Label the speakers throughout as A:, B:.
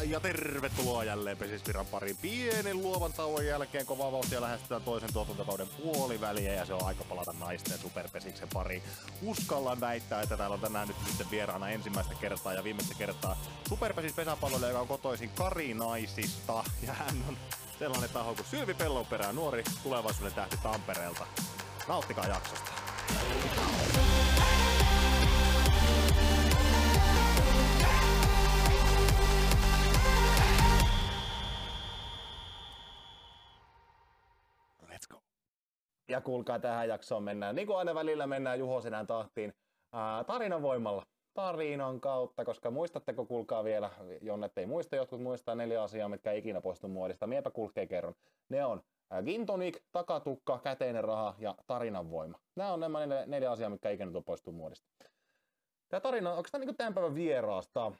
A: Ja tervetuloa jälleen Pesisvirran pariin pienen luovan tauon jälkeen, kun vauhtia lähestytään toisen tuotantokauden puoliväliä ja se on aika palata naisten superpesiksen pariin. Uskallan väittää, että täällä on tänään nyt sitten vieraana ensimmäistä kertaa ja viimeistä kertaa superpesis pesäpalloilija, joka on kotoisin Karinaisista ja hän on sellainen taho kuin Sylvi Pellonperä, nuori tulevaisuuden tähti Tampereelta. Nauttikaa jaksosta. Ja kuulkaa, tähän jaksoon mennään, niin kuin aina välillä mennään Juhosenään tahtiin, tarinan voimalla, tarinan kautta, koska muistatteko, kuulkaa vielä, Jonnet ei muista, jotkut muistaa 4 asiaa, mitkä ei ikinä poistu muodista, miepä kuulkee kerron. Ne on gin tonic, takatukka, käteinen raha ja tarinan voima. Nämä on nämä 4 asiaa, mitkä ei ikinä poistu muodista. Tämä tarina, onko tämä niin tämän päivän vieraasta?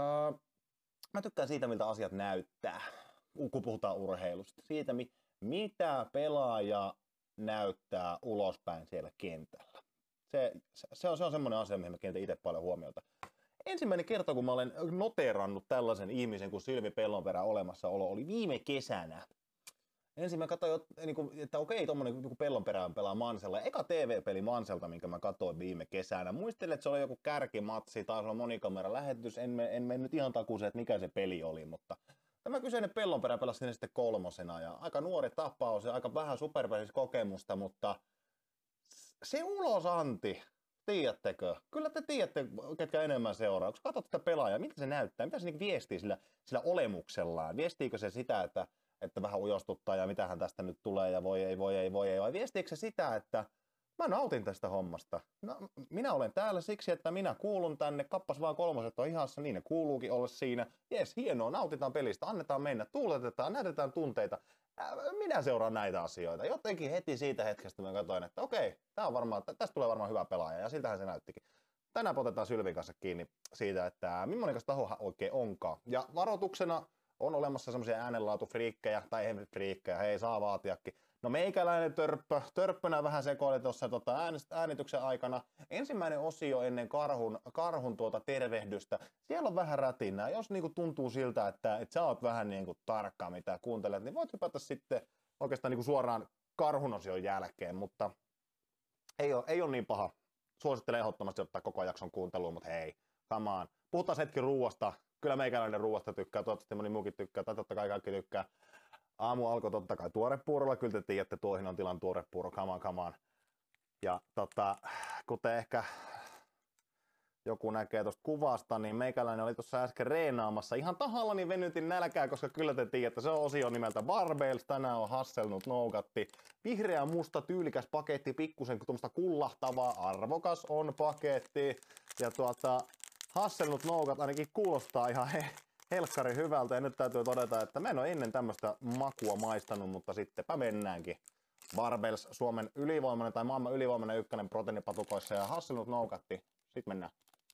A: Mä tykkään siitä, miltä asiat näyttää, kun puhutaan urheilusta. Siitä, mitä pelaaja näyttää ulospäin siellä kentällä. Se on semmoinen asia, mihin mä kiinnitän itse paljon huomiota. Ensimmäinen kerta, kun mä olen noteerannut tällaisen ihmisen kuin Sylvi Pellonperä olemassaolo, oli viime kesänä. Ensin mä katsoin, että okei, tommonen Pellonperä pelaa Mansella. Eka TV-peli Manselta, minkä mä katsoin viime kesänä. Muistelin, että se oli joku kärkimatsi, taisi olla monikamera lähetys. En mennyt ihan takuuseen, että mikä se peli oli, mutta tämä kyseinen Pellonperä pelasi sinne sitten 3. ja aika nuori tapaus ja aika vähän superpeliskokemusta, mutta se ulosanti, tiedättekö? Kyllä te tiedätte, ketkä enemmän seuraa. Kun katsot sitä pelaajaa, miltä se näyttää, mitä se niin viestii sillä olemuksellaan? Viestiikö se sitä, että vähän ujostuttaa ja mitähän tästä nyt tulee ja voi ei, vai viestiikö se sitä, että mä nautin tästä hommasta. No, minä olen täällä siksi, että minä kuulun tänne. Kappas vaan 3 on ihassa, niin ne kuuluukin olla siinä. Jes, hienoa, nautitaan pelistä, annetaan mennä, tuuletetaan, näytetään tunteita. Minä seuraan näitä asioita. Jotenkin heti siitä hetkestä mä katsoin, että okei, tästä tulee varmaan hyvä pelaaja, ja siltähän se näyttikin. Tänään otetaan Sylvin kanssa kiinni siitä, että millainen taho oikein onkaan. Ja varoituksena on olemassa semmoisia äänenlaatufriikkejä, tai ei friikkejä, hei saa vaatiakin. No meikäläinen törppönä vähän sekoili tuossa äänityksen aikana. Ensimmäinen osio ennen karhun tervehdystä. Siellä on vähän rätinää. Jos niinku tuntuu siltä, että sä oot vähän niinku tarkka mitä kuuntelet, niin voit hypätä sitten oikeastaan niinku suoraan karhun osion jälkeen, mutta ei ole niin paha. Suosittelen ehdottomasti ottaa koko jakson kuunteluun, mutta hei, come on. Puhutaan hetki ruuasta. Kyllä meikäläinen ruuasta tykkää, toivottavasti moni muukin tykkää, tai totta kai kaikki tykkää. Aamu alkoi totta kai tuorepuurolla, kyllä te tiedätte, tuohin on tilan tuorepuuro, come on. Ja kuten ehkä joku näkee tuosta kuvasta, niin meikäläinen oli tuossa äsken reenaamassa. Ihan tahallani venytin nälkää, koska kyllä te tiedätte, se on osio nimeltä Barbells. Tänään on Hasselnut Nougatti. Vihreä musta tyylikäs paketti, pikkusen tuommoista kullahtavaa, arvokas on paketti. Ja Hasselnut Nougat ainakin kuulostaa ihan helkkari hyvältä, ja nyt täytyy todeta, että mä en ole ennen tämmöistä makua maistanut, mutta sittenpä mennäänkin. Barbells, Suomen ylivoimainen tai maailman ylivoimainen ykkönen proteiinipatukoissa ja Hasselnut Nougatti. Sitten mennään.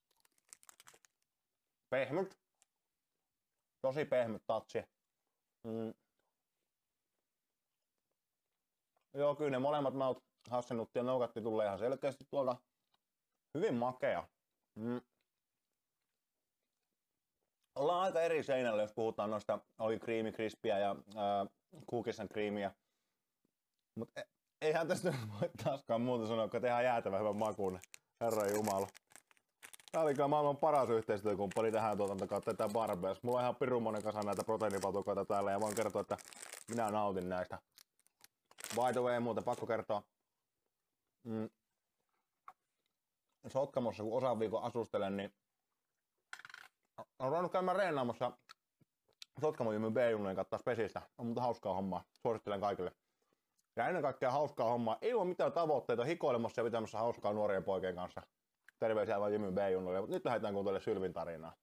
A: Pehmyt. Tosi pehmyt tatsi. Joo, kyllä ne molemmat maut, Hasselnut ja Nougatti, tulee ihan selkeästi tuolta. Hyvin makea. Ollaan aika eri seinällä, jos puhutaan noista oli creamy crispiä ja cookies and creamia. Mutta eihän tästä voi taaskaan muuta sanoa, kun tehdään jäätävän hyvän makuun. Herra Jumala. Tää oli kyllä maailman paras yhteistyökumppani tähän tuotantokautta, tätä Barbells. Mulla on ihan pirun kasa näitä proteiinipatukoita täällä ja voin kertoa, että minä nautin näistä. By the way, muuten pakko kertoa. Sotkamossa, kun osan viikon asustelen, niin olen ruvennut käymään reenaamassa Sotkamon Jymy B-junnojen kattaa spesistä. On mutta hauskaa hommaa. Suosittelen kaikille. Ja ennen kaikkea hauskaa hommaa. Ei ole mitään tavoitteita hikoilemassa ja pitämässä hauskaa nuorien poikien kanssa. Terveisiä vaan Jymy B-junnoille. Mutta nyt lähdetään kuuntelemaan Sylvin tarinaa.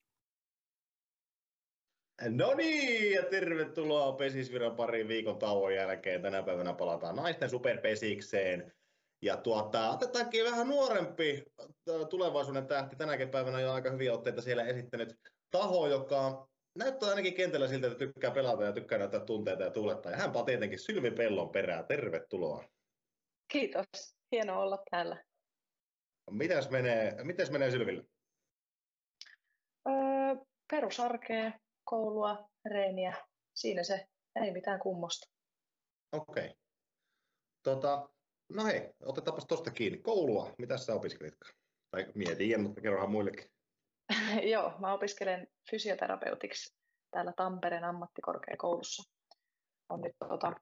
B: No niin, ja tervetuloa Pesisvirran parin viikon tauon jälkeen. Tänä päivänä palataan naisten superpesikseen. Ja otetaankin vähän nuorempi tulevaisuuden tähti. Tänäkin päivänä jo aika hyviä otteita siellä esittänyt taho, joka näyttää ainakin kentällä siltä, että tykkää pelata ja tykkää näyttää tunteita ja tuulettaa. Ja hänpä on tietenkin Sylvi Pellonperä. Tervetuloa.
C: Kiitos. Hienoa olla täällä.
B: Mites menee Sylville?
C: Perusarkea. koulua, reeniä. Siinä se, ei mitään kummosta.
B: Okei. No hei, otetaanpas tuosta kiinni. Koulua, mitä sä opiskelitkaan? Tai mietin, mutta kerrohan muillekin.
C: Joo, mä opiskelen fysioterapeutiksi täällä Tampereen ammattikorkeakoulussa. On nyt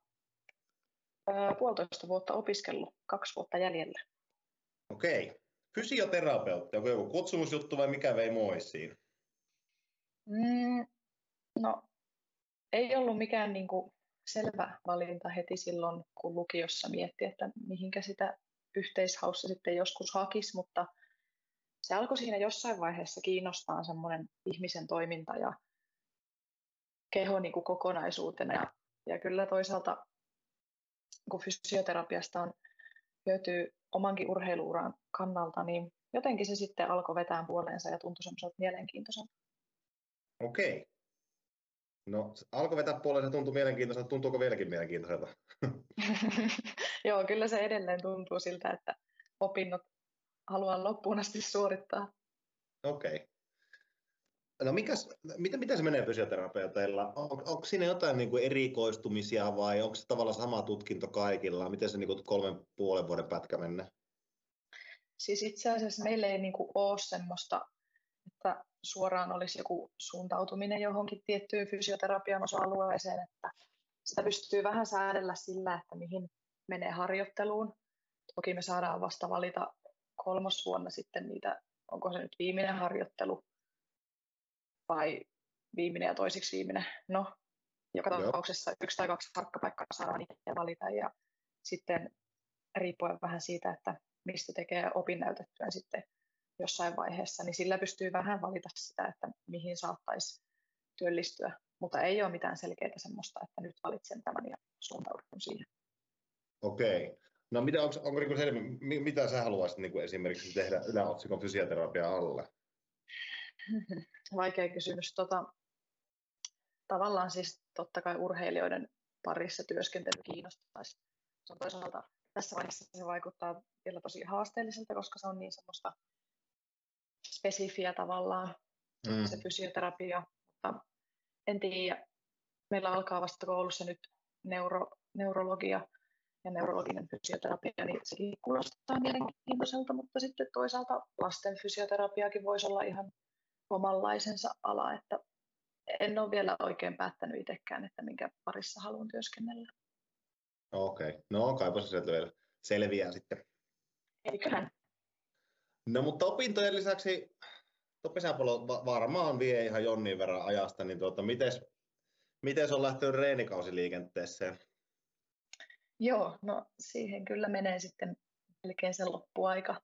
C: 1,5 vuotta opiskellut, 2 vuotta jäljellä.
B: Okei. Fysioterapeutti, onko joku kutsumusjuttu vai mikä vei moisiin?
C: No, ei ollut mikään niinku selvä valinta heti silloin, kun lukiossa mietti, että mihinkä sitä yhteishaussa sitten joskus hakisi, mutta se alkoi siinä jossain vaiheessa kiinnostaa semmoinen ihmisen toiminta ja keho niin kuin kokonaisuutena. Ja kyllä toisaalta, kun fysioterapiasta on hyötyä omankin urheiluuran kannalta, niin jotenkin se sitten alkoi vetää puoleensa ja tuntui semmoiselta mielenkiintoiselta.
B: Okei. No, alkoi vetää puoleensa, tuntui mielenkiintoiselta. Tuntuuko vieläkin mielenkiintoiselta?
C: Joo, kyllä se edelleen tuntuu siltä, että opinnot haluan loppuun asti suorittaa.
B: Okei. No miten se menee fysioterapeuteilla? Onko siinä jotain niin kuin erikoistumisia vai onko se tavallaan sama tutkinto kaikilla? Miten se niin kuin 3,5 vuoden pätkä menee?
C: Siis itse asiassa meillä ei niin kuin ole semmoista, että suoraan olisi joku suuntautuminen johonkin tiettyyn fysioterapian osa-alueeseen, että sitä pystyy vähän säädellä sillä, että mihin menee harjoitteluun. Toki me saadaan vasta valita 3. vuonna sitten niitä, onko se nyt viimeinen harjoittelu vai viimeinen ja toisiksi viimeinen. No, joka tapauksessa 1 tai 2 harkkapaikkaa saadaan itse valita ja sitten riippuen vähän siitä, että mistä tekee opinnäytetyön sitten jossain vaiheessa, niin sillä pystyy vähän valita sitä, että mihin saattaisi työllistyä, mutta ei ole mitään selkeää semmoista, että nyt valitsen tämän ja suuntaudun siihen.
B: Okei. No onko niin selvä, mitä sä haluaisit niin kuin esimerkiksi tehdä yläotsikon fysioterapia alle?
C: Vaikea kysymys. Tavallaan siis totta kai urheilijoiden parissa työskentely kiinnostaisi. Se on toisaalta tässä vaiheessa se vaikuttaa vielä tosi haasteelliselta, koska se on niin semmoista spesifiä tavallaan se fysioterapia. Mutta en tiedä. Meillä alkaa vasta koulussa nyt neurologia ja neurologinen fysioterapia, niin sekin kuulostaa mielenkiintoiselta, mutta sitten toisaalta lasten fysioterapiakin voisi olla ihan omanlaisensa ala, että en ole vielä oikein päättänyt itsekään, että minkä parissa haluan työskennellä.
B: Okei. No kaipa se sieltä vielä selviää sitten.
C: Eiköhän.
B: No mutta opintojen lisäksi tuo pesäpallo varmaan vie ihan jonnin verran ajasta, niin miten se on lähtenyt reenikausiliikenteeseen?
C: Joo, no siihen kyllä menee sitten melkein se loppuaika.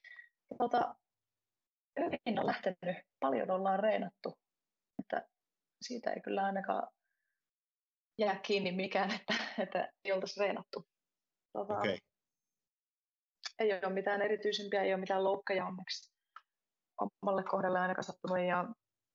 C: Hyvin on lähtenyt, paljon ollaan reenattu, että siitä ei kyllä ainakaan jää kiinni mikään, että ei oltaisi reenattu.
B: Okay.
C: Ei ole mitään erityisempiä, ei ole mitään loukkeja onneksi omalle kohdalle ainakaan sattunut. Ja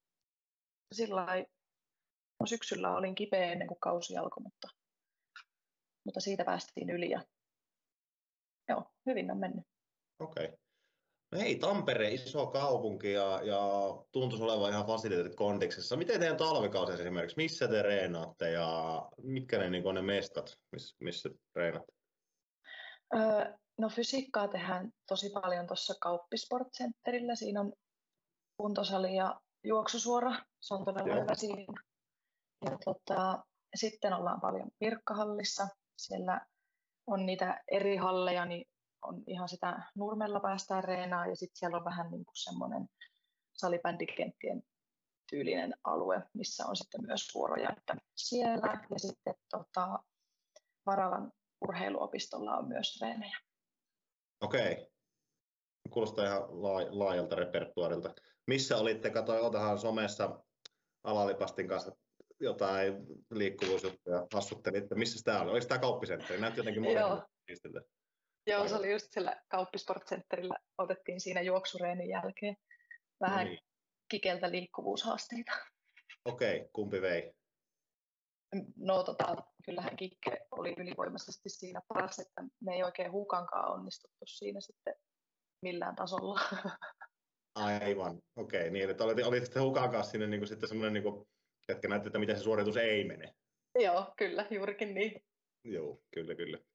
C: syksyllä olin kipeä ennen kuin kausi alkoi, mutta siitä päästiin yli ja joo, hyvin on mennyt.
B: Okei. No hei, Tampere, iso kaupunki ja tuntuisi olevan ihan fasiliteetit kondiksessa. Miten teidän talvikausi esimerkiksi? Missä te reenaatte ja mitkä ne mestat, missä treenaatte?
C: No fysiikkaa tehdään tosi paljon tuossa Kauppisportcenterillä. Siinä on kuntosali ja juoksusuora. Se on todella hyvä siinä. Ja sitten ollaan paljon Pirkkahallissa. Siellä on niitä eri halleja, niin on ihan sitä nurmella päästään reenaan ja sitten siellä on vähän niin kuin semmoinen salibändikenttien tyylinen alue, missä on sitten myös vuoroja, että siellä ja sitten Varalan urheiluopistolla on myös treenejä.
B: Okei. Kuulostaa ihan laajalta repertuaarilta. Missä olitte? Otahan somessa Alalipastin kanssa jotain liikkuvuusjuttuja hassuttelitte. Missä tämä oli? Oliko tämä kauppisentteri? Näytti jotenkin modernilta.
C: Joo, se oli just siellä Kauppisportcenterillä. Otettiin siinä juoksureenin jälkeen vähän kikeltä liikkuvuushaasteita.
B: Okei, kumpi vei?
C: No kyllähän kikke oli ylivoimaisesti siinä paras, että me ei oikein huukankaan onnistuttu siinä sitten millään tasolla.
B: Aivan, okei. Niin, että olitte hukan kanssa siinä niin sitten semmoinen niin Etkä näette, että miten se suoritus ei mene.
C: Joo, kyllä, juurikin niin.
B: Joo, kyllä.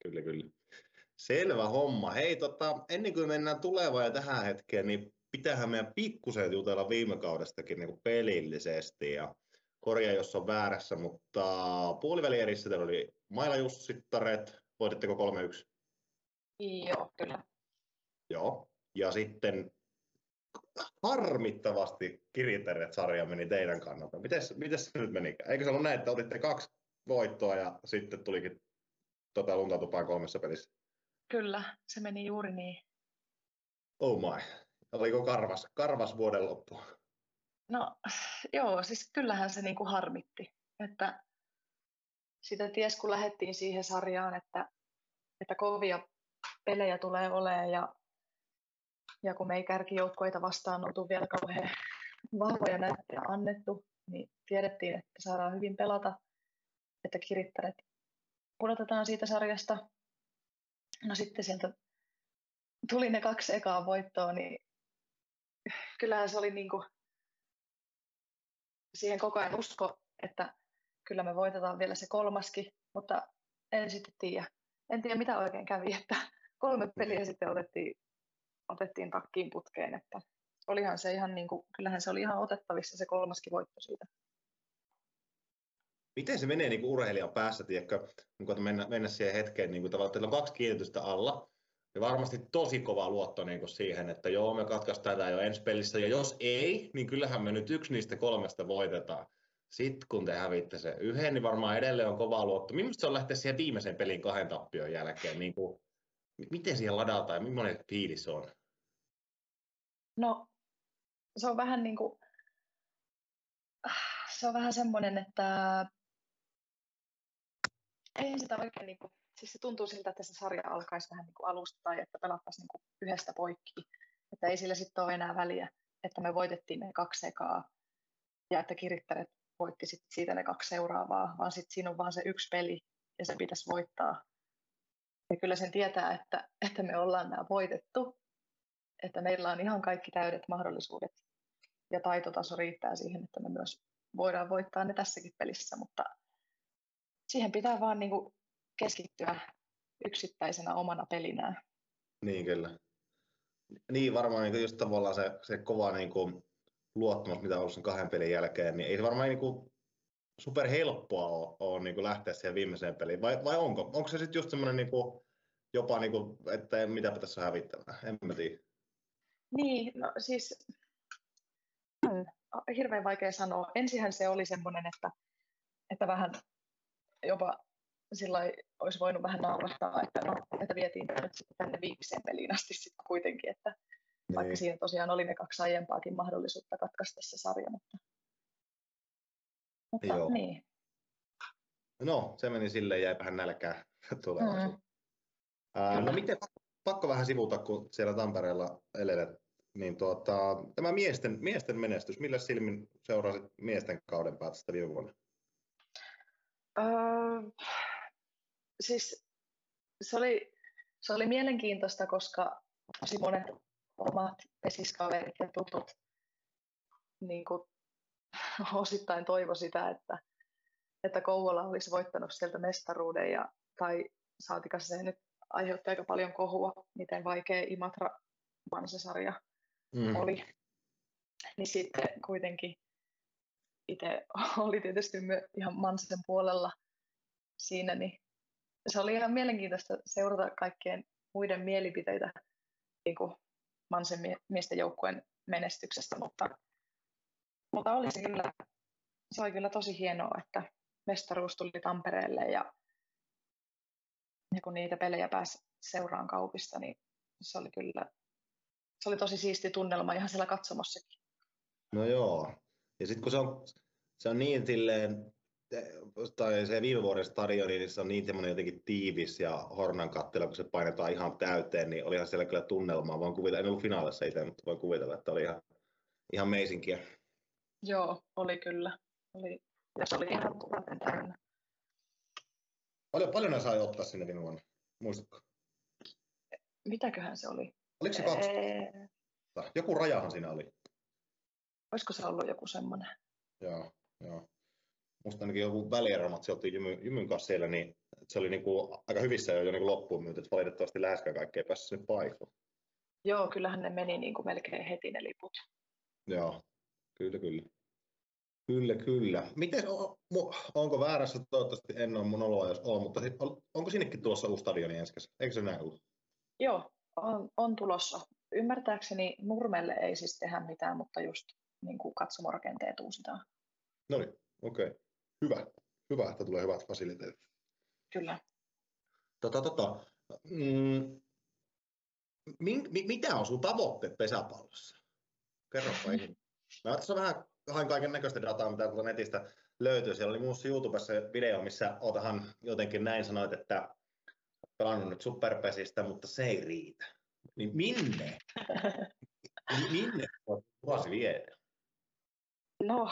B: Selvä homma. Hei, ennen kuin mennään tulevaan ja tähän hetkeen, niin pitäähän meidän pikkusen jutella viime kaudestakin niin kuin pelillisesti. Ja korjaa, jos on väärässä, mutta puolivälierissä teillä oli Maila Jussittaret. Voititteko 3-1?
C: Joo, kyllä.
B: Joo. Ja sitten harmittavasti Kirittäret-sarja meni teidän kannalta. Mites se nyt meni? Eikö se ollut näin, että otitte 2 voittoa ja sitten tulikin luntatupaan 3 pelissä?
C: Kyllä, se meni juuri niin.
B: Oh my. Oliko karvas vuoden loppu?
C: No joo, siis kyllähän se niinku harmitti, että sitä ties kun lähdettiin siihen sarjaan, että kovia pelejä tulee olemaan ja kun me ei kärkijoukkoita vastaan oltu vielä kauhean vahvoja näyttöjä annettu, niin tiedettiin, että saadaan hyvin pelata, että Kirittäret pudotetaan siitä sarjasta. No sitten sieltä tuli ne 2 ekaa voittoa, niin kyllähän se oli niinku siihen koko ajan usko, että kyllä me voitetaan vielä se 3, mutta en sitten tiedä. En tiedä mitä oikein kävi, että 3 peliä sitten otettiin takkiin putkeen, että olihan se ihan niinku, kyllähän se oli ihan otettavissa se 3 voitto siitä.
B: Miten se menee niin urheilijan päässä, tiedätkö, kun mennä siihen hetkeen, niin tavallaan teillä on 2 kiinnitystä alla, ja varmasti tosi kova luotto niin siihen, että joo, me katkaistaan tämä jo ensi pelissä, ja jos ei, niin kyllähän me nyt 1 niistä 3 voitetaan. Sitten kun te hävitte se 1, niin varmaan edelleen on kova luotto. Millaista se on lähteä siihen viimeiseen pelin 2 tappion jälkeen? Niin kuin, miten siihen ladataan ja millainen fiilis se on?
C: No, se on vähän niin kuin, se on vähän semmoinen, että ei sitä oikein, niin kuin, siis se tuntuu siltä, että se sarja alkaisi vähän niin kuin alusta tai että pelattaisiin niin kuin yhdestä poikki. Että ei sillä sitten ole enää väliä, että me voitettiin ne 2 ekaa ja että Kirittäret voitti sit siitä ne 2 seuraavaa, vaan sitten siinä on vaan se 1 peli ja se pitäisi voittaa. Ja kyllä sen tietää, että me ollaan nämä voitettu, että meillä on ihan kaikki täydet mahdollisuudet ja taitotaso riittää siihen, että me myös voidaan voittaa ne tässäkin pelissä, mutta siihen pitää vaan niin kuin keskittyä yksittäisenä omana pelinään.
B: Niin kyllä. Niin varmaan niin just tavallaan se kova niin kuin luottamus, mitä on ollut sen 2 pelin jälkeen, niin ei se varmaan niin kuin super helppoa ole niin kuin lähteä siihen viimeiseen peliin, vai onko? Onko se sitten just semmoinen niin kuin, jopa, niin kuin, että mitä tässä hävittämään? En mä tiedä.
C: Niin, no siis hirveän vaikea sanoa. Ensinhän se oli semmoinen, että vähän jopa sillai olisi voinut vähän naurahtaa, että vietiin nyt sitten tänne viimeiseen peliin asti sitten kuitenkin, että niin. Vaikka siinä tosiaan oli ne 2 aiempaakin mahdollisuutta katkaista se sarja, mutta
B: Joo.
C: Niin.
B: No, se meni silleen, jäipähän nälkää tulevaisuuteen. No miten, pakko vähän sivuta, kun siellä Tampereella elelet, niin tämä miesten menestys, millä silmin seurasit miesten kauden päätöstä viime vuonna?
C: Siis se oli mielenkiintoista, koska tosi monet omat pesiskaverit ja tutut niin kuin, osittain toivo sitä, että Kouvola olisi voittanut sieltä mestaruuden tai saatika se nyt aiheutti aika paljon kohua, miten vaikea Imatra Mansa-sarja oli. Niin sitten kuitenkin itse oli tietysti ihan Mansen puolella siinä, niin se oli ihan mielenkiintoista seurata kaikkien muiden mielipiteitä niin kuin Mansen miesten joukkueen menestyksestä, mutta oli se oli kyllä tosi hienoa, että mestaruus tuli Tampereelle ja kun niitä pelejä pääsi seuraan kaupista, niin se oli tosi siisti tunnelma ihan siellä katsomossakin.
B: No joo, ja sitten kun se on niin silleen, tai se viime vuoden stadioni, niin se on niin semmoinen jotenkin tiivis ja hornan kattila, kun se painetaan ihan täyteen, niin olihan siellä kyllä tunnelmaa. Voin kuvitella, en ollut finaalissa itse, mutta voin kuvitella, että oli ihan meisinkiä.
C: Joo, oli kyllä. Ja se oli ihan tuhaten täynnä.
B: Paljon ne sai ottaa sinne viime vuonna, muistatko?
C: Mitäköhän se oli?
B: Oliko se 2? Joku rajahan siinä oli.
C: Olisiko se ollut joku semmoinen?
B: Joo. musta ainakin joku välieromat, se oltiin Jymyn kanssa siellä, niin se oli niinku aika hyvissä jo niinku loppuun myyty, että valitettavasti läheskään kaikki ei päässyt sinne paikalle.
C: Joo, kyllähän ne meni niin kuin melkein heti ne liput.
B: Joo, kyllä, kyllä. Kyllä. Onko väärässä? Toivottavasti en ole mun oloa, jos on, mutta onko sinnekin tulossa uusi stadioni ensi kesä? Eikö se näin ollut?
C: Joo, on tulossa. Ymmärtääkseni Nurmelle ei siis tehdä mitään, mutta just niin kuin katsomorakenteet uusitaan.
B: No niin, okei. Hyvä, että tulee hyvät fasiliteetit.
C: Kyllä.
B: Mitä on sun tavoitteet pesäpallossa? Kerropa ihminen. Mä tässä vähän hain kaiken näköistä dataa, mitä tuolta netistä löytyy. Siellä oli muussa YouTubessa video, missä otahan jotenkin näin sanoit, että pelannut nyt superpesistä, mutta se ei riitä. Niin minne voit vuosi viedä?
C: No,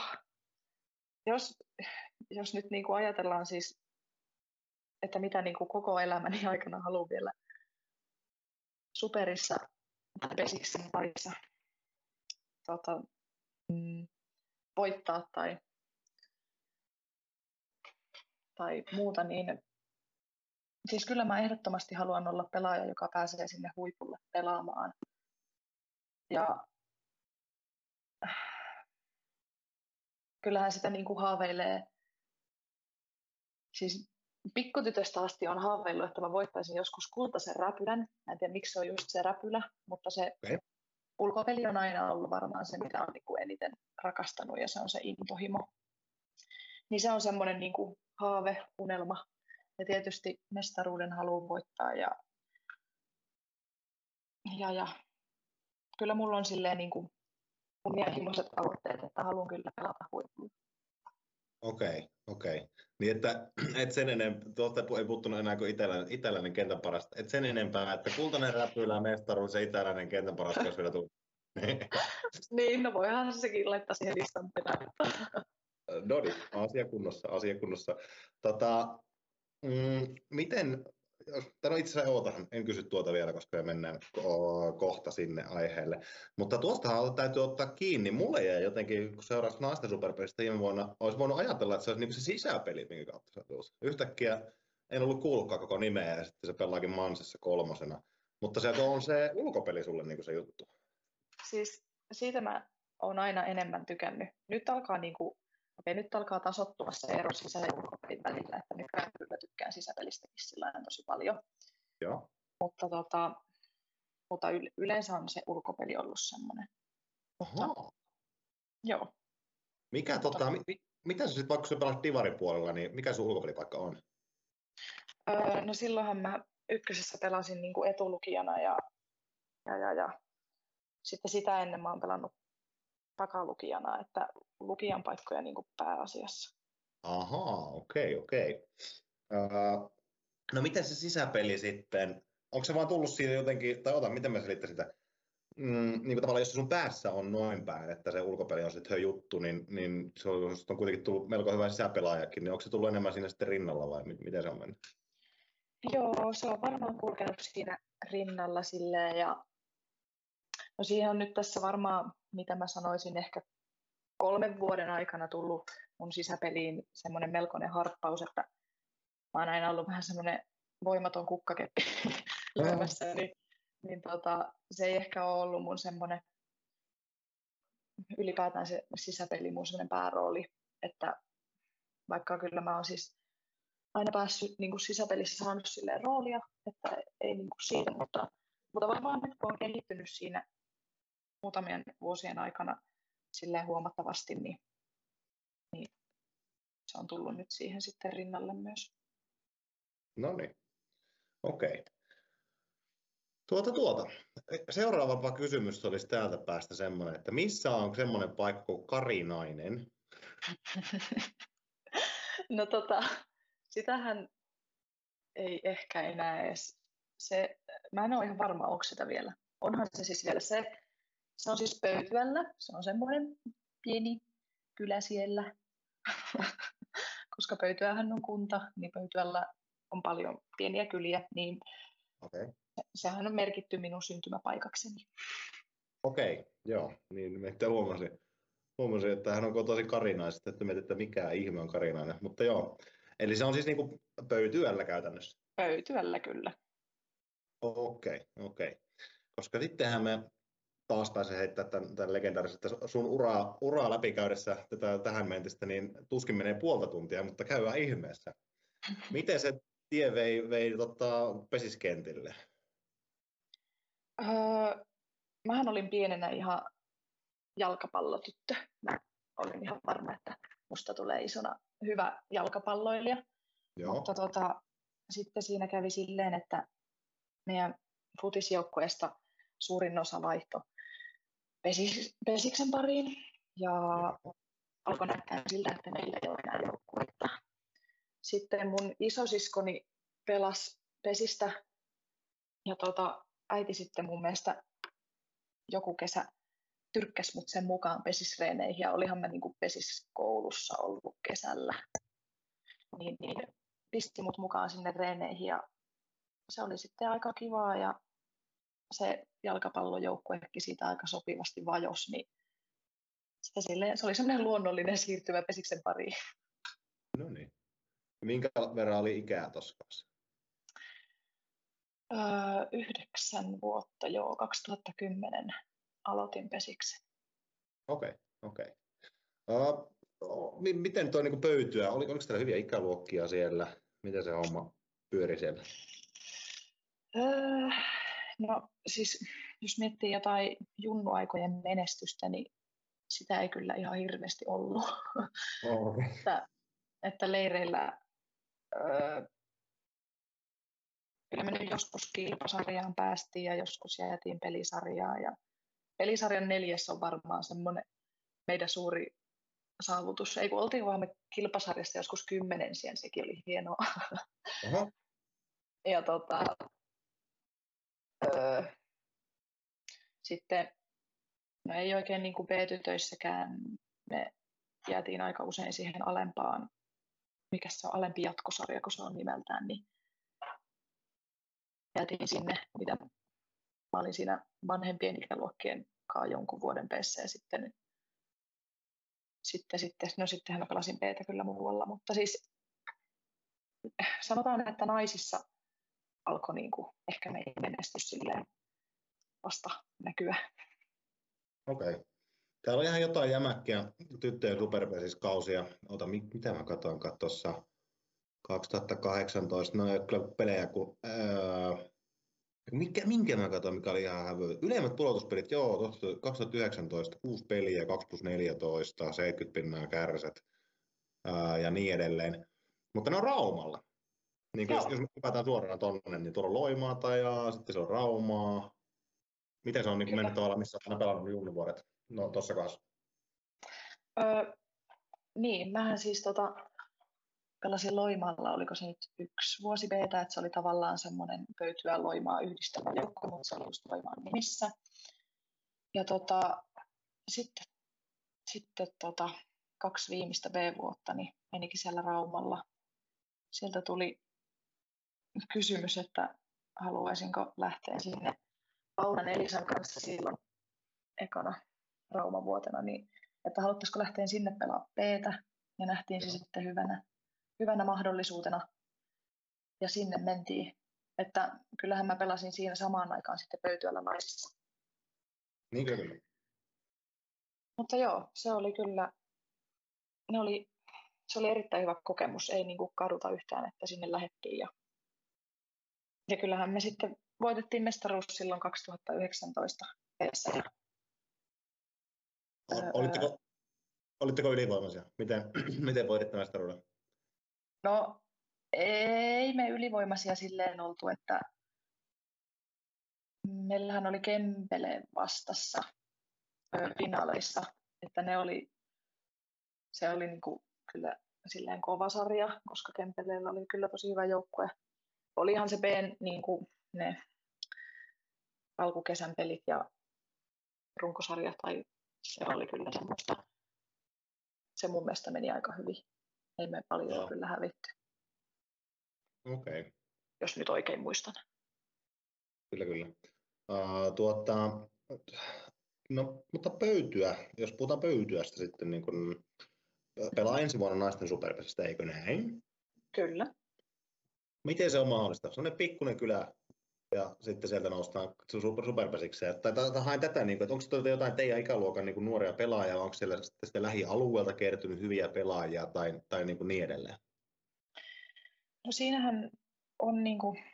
C: jos nyt niin kuin ajatellaan siis, että mitä niin kuin koko elämäni aikana haluan vielä superissa tai pesiksen parissa voittaa tai muuta, niin siis kyllä mä ehdottomasti haluan olla pelaaja, joka pääsee sinne huipulle pelaamaan. Ja kyllähän sitä niin kuin haaveilee, siis pikkutytöstä asti on haaveillut, että mä voittaisin joskus kultaisen räpylän. Mä en tiedä, miksi se on just se räpylä, mutta se ulkopeli on aina ollut varmaan se, mitä on niin kuin eniten rakastanut, ja se on se intohimo. Niin se on semmoinen niin kuin haave, unelma. Ja tietysti mestaruuden haluan voittaa. Ja kyllä mulla on silleen niin kuin kunnianhimoiset tavoitteet, että haluan kyllä pelata huipulla.
B: Okei. Niin että sen enempää, tuosta ei puuttunut enää kuin itäläinen kentän parasta. Et sen enempää, että kultainen räpylä, mestaruus ja itäläinen kentän parasta, jos vielä tuli.
C: Niin, no voihan sekin laittaa siihen listan perään.
B: No niin, asia kunnossa. Miten, no itse asiassa ootahan, en kysy tuota vielä, koska me mennään kohta sinne aiheelle. Mutta tuostahan täytyy ottaa kiinni. Mulle jäi jotenkin, kun seurasi naisten superpelistä viime vuonna, olisi voinut ajatella, että se olisi niin se sisäpeli, minkä kautta se tulisi. Yhtäkkiä en ollut kuullutkaan koko nimeä, ja sitten se pelaakin Mansessa 3. Mutta se on se ulkopeli sulle niin kuin se juttu.
C: Siis siitä mä oon aina enemmän tykännyt. Nyt alkaa tasoittua se ero sisä- ja ulkopelin välillä, että nykyään kyllä tykkään sisäpelistäkin sillä tosi paljon.
B: Joo.
C: Mutta yleensä on se ulkopeli ollut semmoinen. Joo.
B: Mitä sä sitten, vaikka sä pelaat divaripuolella, niin mikä sun ulkopelipaikka on?
C: No silloinhan mä ykkösessä pelasin niin kuin etulukijana ja sitten sitä ennen mä oon pelannut takalukijana, että lukijan paikkoja niin kuin pääasiassa.
B: Ahaa, okei. No miten se sisäpeli sitten, onko se vaan tullut siitä jotenkin, tai miten mä selittäisin sitä, niin kuin tavallaan jos sun päässä on noin päin, että se ulkopeli on sitten juttu, niin se on kuitenkin tullut melko hyvä sisäpelaajakin, niin onko se tullut enemmän siinä sitten rinnalla vai miten se on mennyt?
C: Joo, se on varmaan kulkenut siinä rinnalla silleen, ja no siihen on nyt tässä varmaan, mitä mä sanoisin, ehkä 3 vuoden aikana tullut mun sisäpeliin semmoinen melkoinen harppaus, että mä oon aina ollut vähän semmoinen voimaton kukkakeppi lyömässä, niin se ei ehkä ole ollut mun semmoinen, ylipäätään se sisäpeli mun semmoinen päärooli, että vaikka kyllä mä oon siis aina päässyt niin kuin sisäpelissä saanut silleen roolia, että ei niin kuin siitä, mutta varmaan nyt kun on kehittynyt siinä muutamien vuosien aikana silleen huomattavasti, niin se on tullut nyt siihen sitten rinnalle myös.
B: No niin, okei. Seuraava kysymys olisi täältä päästä semmoinen, että missä on semmoinen paikka kuin Karinainen?
C: No sitähän ei ehkä enää edes. Mä en ole ihan varma, onko sitä vielä. Onhan se siis vielä se on siis Pöytyällä, se on semmoinen pieni kylä siellä. Koska Pöytyähän on kunta, niin Pöytyällä on paljon pieniä kyliä, niin sehän on merkitty minun syntymäpaikakseni.
B: Okei, joo, niin me huomasin. Huomasin, että hän on kotoisin Karinaisesta, että mietit, että mikä ihme on Karinainen. Mutta joo, eli se on siis niinku pöytyällä käytännössä.
C: Pöytyällä kyllä.
B: Okei. Koska sittenhän me taas pääsen heittämään tämän legendaarisen, että sun uraa läpikäydessä tähän mennessä, niin tuskin menee puolta tuntia, mutta käydään ihmeessä. Miten se tie vei pesiskentille?
C: Mähän olin pienenä ihan jalkapallotyttö. Mä olin ihan varma, että musta tulee isona hyvä jalkapalloilija.
B: Joo.
C: Mutta sitten siinä kävi silleen, että meidän futisjoukkueesta suurin osa vaihtoi pesiksen pariin. Ja alkoi näyttää siltä, että meillä ei ole enää joukkuetta. Sitten mun isosiskoni pelasi pesistä ja äiti sitten mun mielestä joku kesä tyrkkäsi mut sen mukaan pesisreeneihin ja olihan mä niinku pesiskoulussa ollut kesällä. Niin pisti mut mukaan sinne reeneihin ja se oli sitten aika kivaa ja se jalkapallojoukkuekin siitä aika sopivasti vajosi, niin se oli semmoinen luonnollinen siirtymä pesiksen pariin.
B: No niin. Minkä verran oli ikää tuossa kanssa?
C: 9 vuotta, 2010 aloitin pesiksi.
B: Okei. Miten tuo niinku pöytyä, oliko teillä hyviä ikäluokkia siellä? Miten se homma pyöri siellä?
C: No siis, jos miettii jotain junnuaikojen menestystä, niin sitä ei kyllä ihan hirveästi ollut.
B: Okay.
C: että leireillä kyllä me nyt joskus kilpasarjaan päästiin ja joskus jäätiin pelisarjaan. Ja pelisarjan 4 on varmaan semmoinen meidän suuri saavutus. Ei kun oltiin vaan me kilpasarjasta joskus 10 siellä, sekin oli hienoa.
B: Oho.
C: Ja sitten no ei oikein niin kuin B-tytöissäkään, me jäätiin aika usein siihen alempaan, mikä se on alempi jatkosarja, kun se on nimeltään, niin jäätiin sinne, mitä mä olin siinä vanhempien ikäluokkien kanssa jonkun vuoden päässä ja sittenhän mä pelasin B:tä kyllä muualla, mutta siis sanotaan, että naisissa alkoi niin kuin ehkä meidän menestys silleen vasta näkyä.
B: Okei. Täällä on ihan jotain jämäkkiä tyttöjen superpesiskausia. Mitä mä katsoin tuossa 2018. No ei ole kyllä pelejä, kun minkä mä katsoin, mikä oli ihan hävyä. Ylemmät pudotuspelit, joo, 2019, 6 peliä, 2+14, 70 pinnaa kärset ja niin edelleen. Mutta ne on Raumalla. Niin jos me hypätään suoraan tonne, niin tuolla on Loimaata ja sitten se on Raumaa. Miten se on niin mennyt tavallaan, missä on pelannut junnuvuodet? No tossa kanssa.
C: Niin, mähän siis pelasin Loimaalla, oliko se nyt 1 vuosi B:tä, että se oli tavallaan semmoinen Pöytyä Loimaa yhdistävä joukko, mutta se oli just Loimaan nimissä. Ja sitten 2 viimeistä B-vuotta niin menikin siellä Raumalla. Sieltä tuli kysymys, että haluaisinko lähteä sinne Paunan Elisan kanssa silloin ekana Rauman vuotena, niin että haluttaisiko lähteä sinne pelaa B:tä, ja nähtiin se sitten hyvänä mahdollisuutena, ja sinne mentiin. Että kyllähän mä pelasin siinä samaan aikaan sitten Pöytyällä naisissa.
B: Niin kyllä.
C: Mutta joo, se oli kyllä, se oli erittäin hyvä kokemus, ei niin kuin kaduta yhtään, että sinne lähdettiin. Ja kyllähän me sitten voitettiin mestaruus silloin 2019 B:ssä.
B: Olitteko ylivoimaisia? Miten voititte mestaruuden?
C: No ei me ylivoimaisia silleen oltu, että meillähän oli Kempele vastassa finaaleissa, että se oli niinku kyllä silleen kova sarja, koska Kempeleellä oli kyllä tosi hyvä joukkue. Olihan se B:n niinku ne alkukesän pelit ja runkosarja, tai se oli kyllä semmoista. Se mun mielestä meni aika hyvin. Ei me paljon kyllä hävitty.
B: Okei.
C: Jos nyt oikein muistan.
B: Kyllä. No, mutta pöytyä, jos puhutaan pöytyästä sitten, niin kun pelaa ensi vuonna naisten superpesistä, eikö näin?
C: Kyllä.
B: Miten se on mahdollista? Se on pikkuinen kylä ja sitten sieltä noustaan superpesikseen. Tai haen tätä, niin kuin, että onko jotain teidän ikäluokan niin kuin nuoria pelaajia, vai onko siellä sitten lähialueelta kertynyt hyviä pelaajia tai niin edelleen?
C: No siinähän on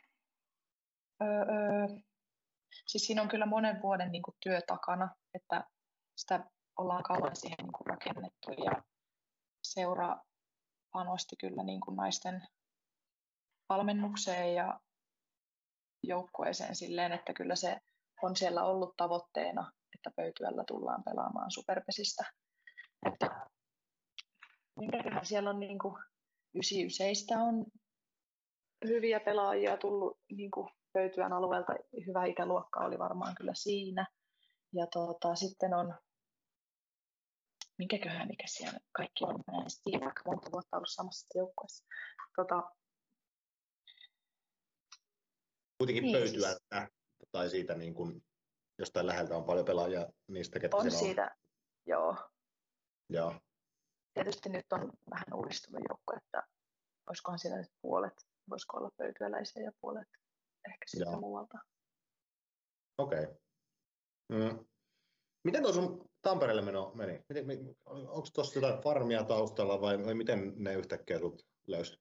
C: siis siinä on kyllä monen vuoden työ takana, että sitä ollaan kauan siihen rakennettu ja seura panosti kyllä naisten valmennukseen ja joukkueeseen silleen, että kyllä se on siellä ollut tavoitteena, että Pöytyällä tullaan pelaamaan superpesistä. Että minkäköhän siellä on 99 on hyviä pelaajia tullut Pöytyän alueelta, hyvä ikäluokka oli varmaan kyllä siinä. Ja sitten on, minkäköhän ikäisiä kaikki on, mä en tiedä, vaikka monta vuotta ollut samassa joukkueessa.
B: Kuitenkin
C: niin,
B: Pöytyä, tai siitä niin kuin, jostain läheltä on paljon pelaajia niistä, ketkä
C: on
B: siellä
C: siitä, joo.
B: Joo.
C: Tietysti nyt on vähän uudistunut joukkue, että olisikohan siellä nyt puolet, voisiko olla pöytyäläisiä ja puolet ehkä sitten muualta.
B: Okei. Miten tuo sun Tampereelle meno meni? Onko tuossa jotain farmia taustalla vai miten ne yhtäkkiä sut löysi?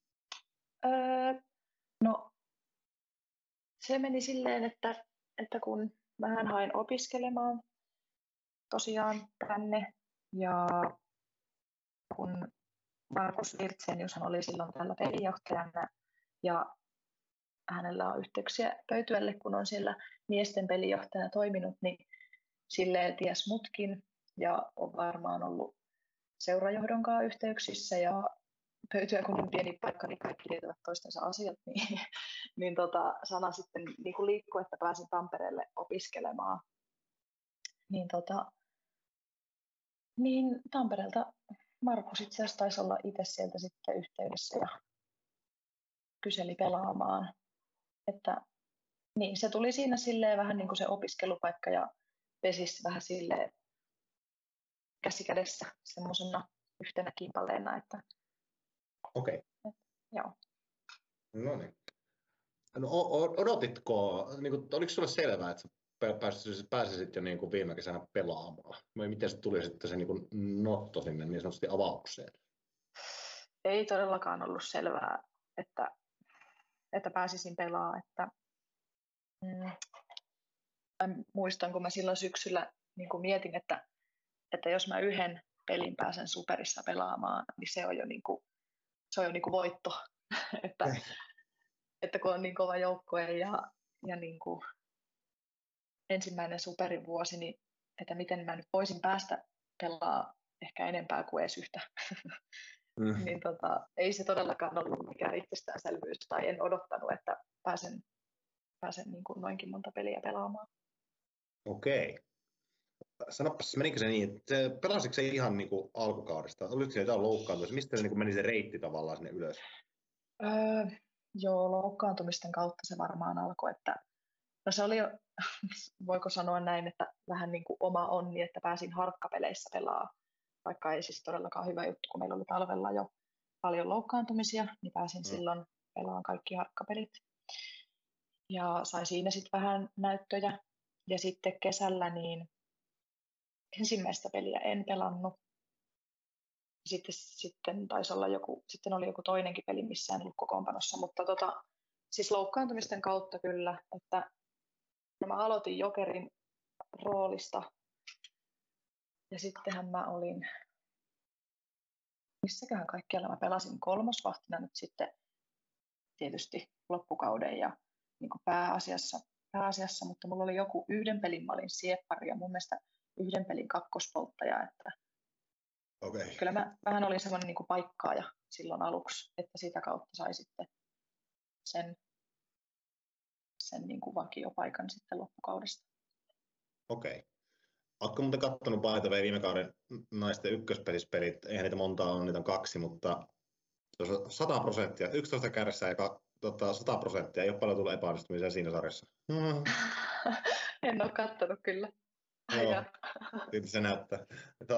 C: No se meni silleen, että kun vähän hain opiskelemaan tosiaan tänne ja kun Markus Virtseniushan oli silloin tällä pelijohtajana ja hänellä on yhteyksiä Pöytyälle, kun on siellä miesten pelijohtajana toiminut, niin silleen ties mutkin ja on varmaan ollut seurajohdon kanssa yhteyksissä ja Pöytyä kun on pieni paikka, niin kaikki tietävät toistensa asiat, niin sana sitten niin liikkui, että pääsin Tampereelle opiskelemaan. Niin Tampereelta Markus itse asiassa taisi olla itse sieltä sitten yhteydessä ja kyseli pelaamaan. Että, niin se tuli siinä silleen vähän niin kuin se opiskelupaikka ja pesis vähän silleen käsi kädessä semmoisena yhtenä kiipaleena. Että,
B: Okei.
C: Joo.
B: No niin. No, odotitko, niin kuin, oliko sinulle selvää, että pääsisit jo niin kuin viime kesänä pelaamaan? Vai miten se tuli sitten se niin kuin notto sinne niin sanotusti avaukseen?
C: Ei todellakaan ollut selvää, että pääsisin pelaamaan. Muistan, kun mä silloin syksyllä niin kuin mietin, että jos mä yhden pelin pääsen superissa pelaamaan, niin se on jo, voitto. että kun on niin kova joukkue ja niin kuin ensimmäinen superin vuosi, niin että miten mä nyt voisin päästä pelaamaan ehkä enempää kuin edes yhtä. Niin ei se todellakaan ollut mikään itsestäänselvyys tai en odottanut, että pääsen niin kuin noinkin monta peliä pelaamaan.
B: Okei. Sanopas, menikö se niin, että pelasitko se ihan niin kuin alkukaudesta? Oliko se jotain loukkaantumista? Mistä se niin kuin meni se reitti tavallaan sinne ylös?
C: Joo, loukkaantumisten kautta se varmaan alkoi. No se oli jo, voiko sanoa näin, että vähän niin kuin oma onni, että pääsin harkkapeleissä pelaamaan. Vaikka ei siis todellakaan hyvä juttu, kun meillä oli talvella jo paljon loukkaantumisia, niin pääsin silloin pelaamaan kaikki harkkapelit. Ja sain siinä sitten vähän näyttöjä. Ja sitten kesällä niin ensimmäistä peliä en pelannut. Sitten taisi olla sitten oli joku toinenkin peli, missä en ollut kokoonpanossa, mutta siis loukkaantumisten kautta kyllä, että mä aloitin Jokerin roolista ja sittenhän mä olin, missäköhän kaikkialla mä pelasin kolmosvahtina nyt sitten tietysti loppukauden ja niin kuin pääasiassa, mutta mulla oli joku yhden pelin, mä olin sieppari ja mun mielestä yhden pelin kakkospolttaja, että
B: okay.
C: Kyllä mä vähän olin semmoinen niin kuin paikkaaja silloin aluksi, että sitä kautta sai sitten sen niin kuin vakiopaikan sitten loppukaudesta.
B: Okei. Oletko muuten katsonut viime kauden naisten ykköspesispelit? Eihän niitä montaa ole, niitä on 2, mutta 100%, 11 kärjessä ja 100%, ei ole paljon tullut epäonnistumisia siinä sarjassa.
C: En ole katsonut kyllä.
B: Joo, siltä se näyttää.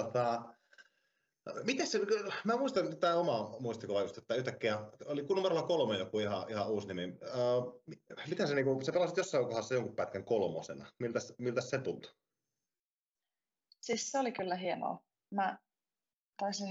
B: Miten se, mä muistan tämä oma muistikuva just, että yhtäkkiä oli kun numerolla 3 joku ihan uusi nimi. Miten se, niinku, sä pelasit jossain kohdassa jonkun pätkän 3. Miltä se tuntui?
C: Siis se oli kyllä hienoa. Mä taisin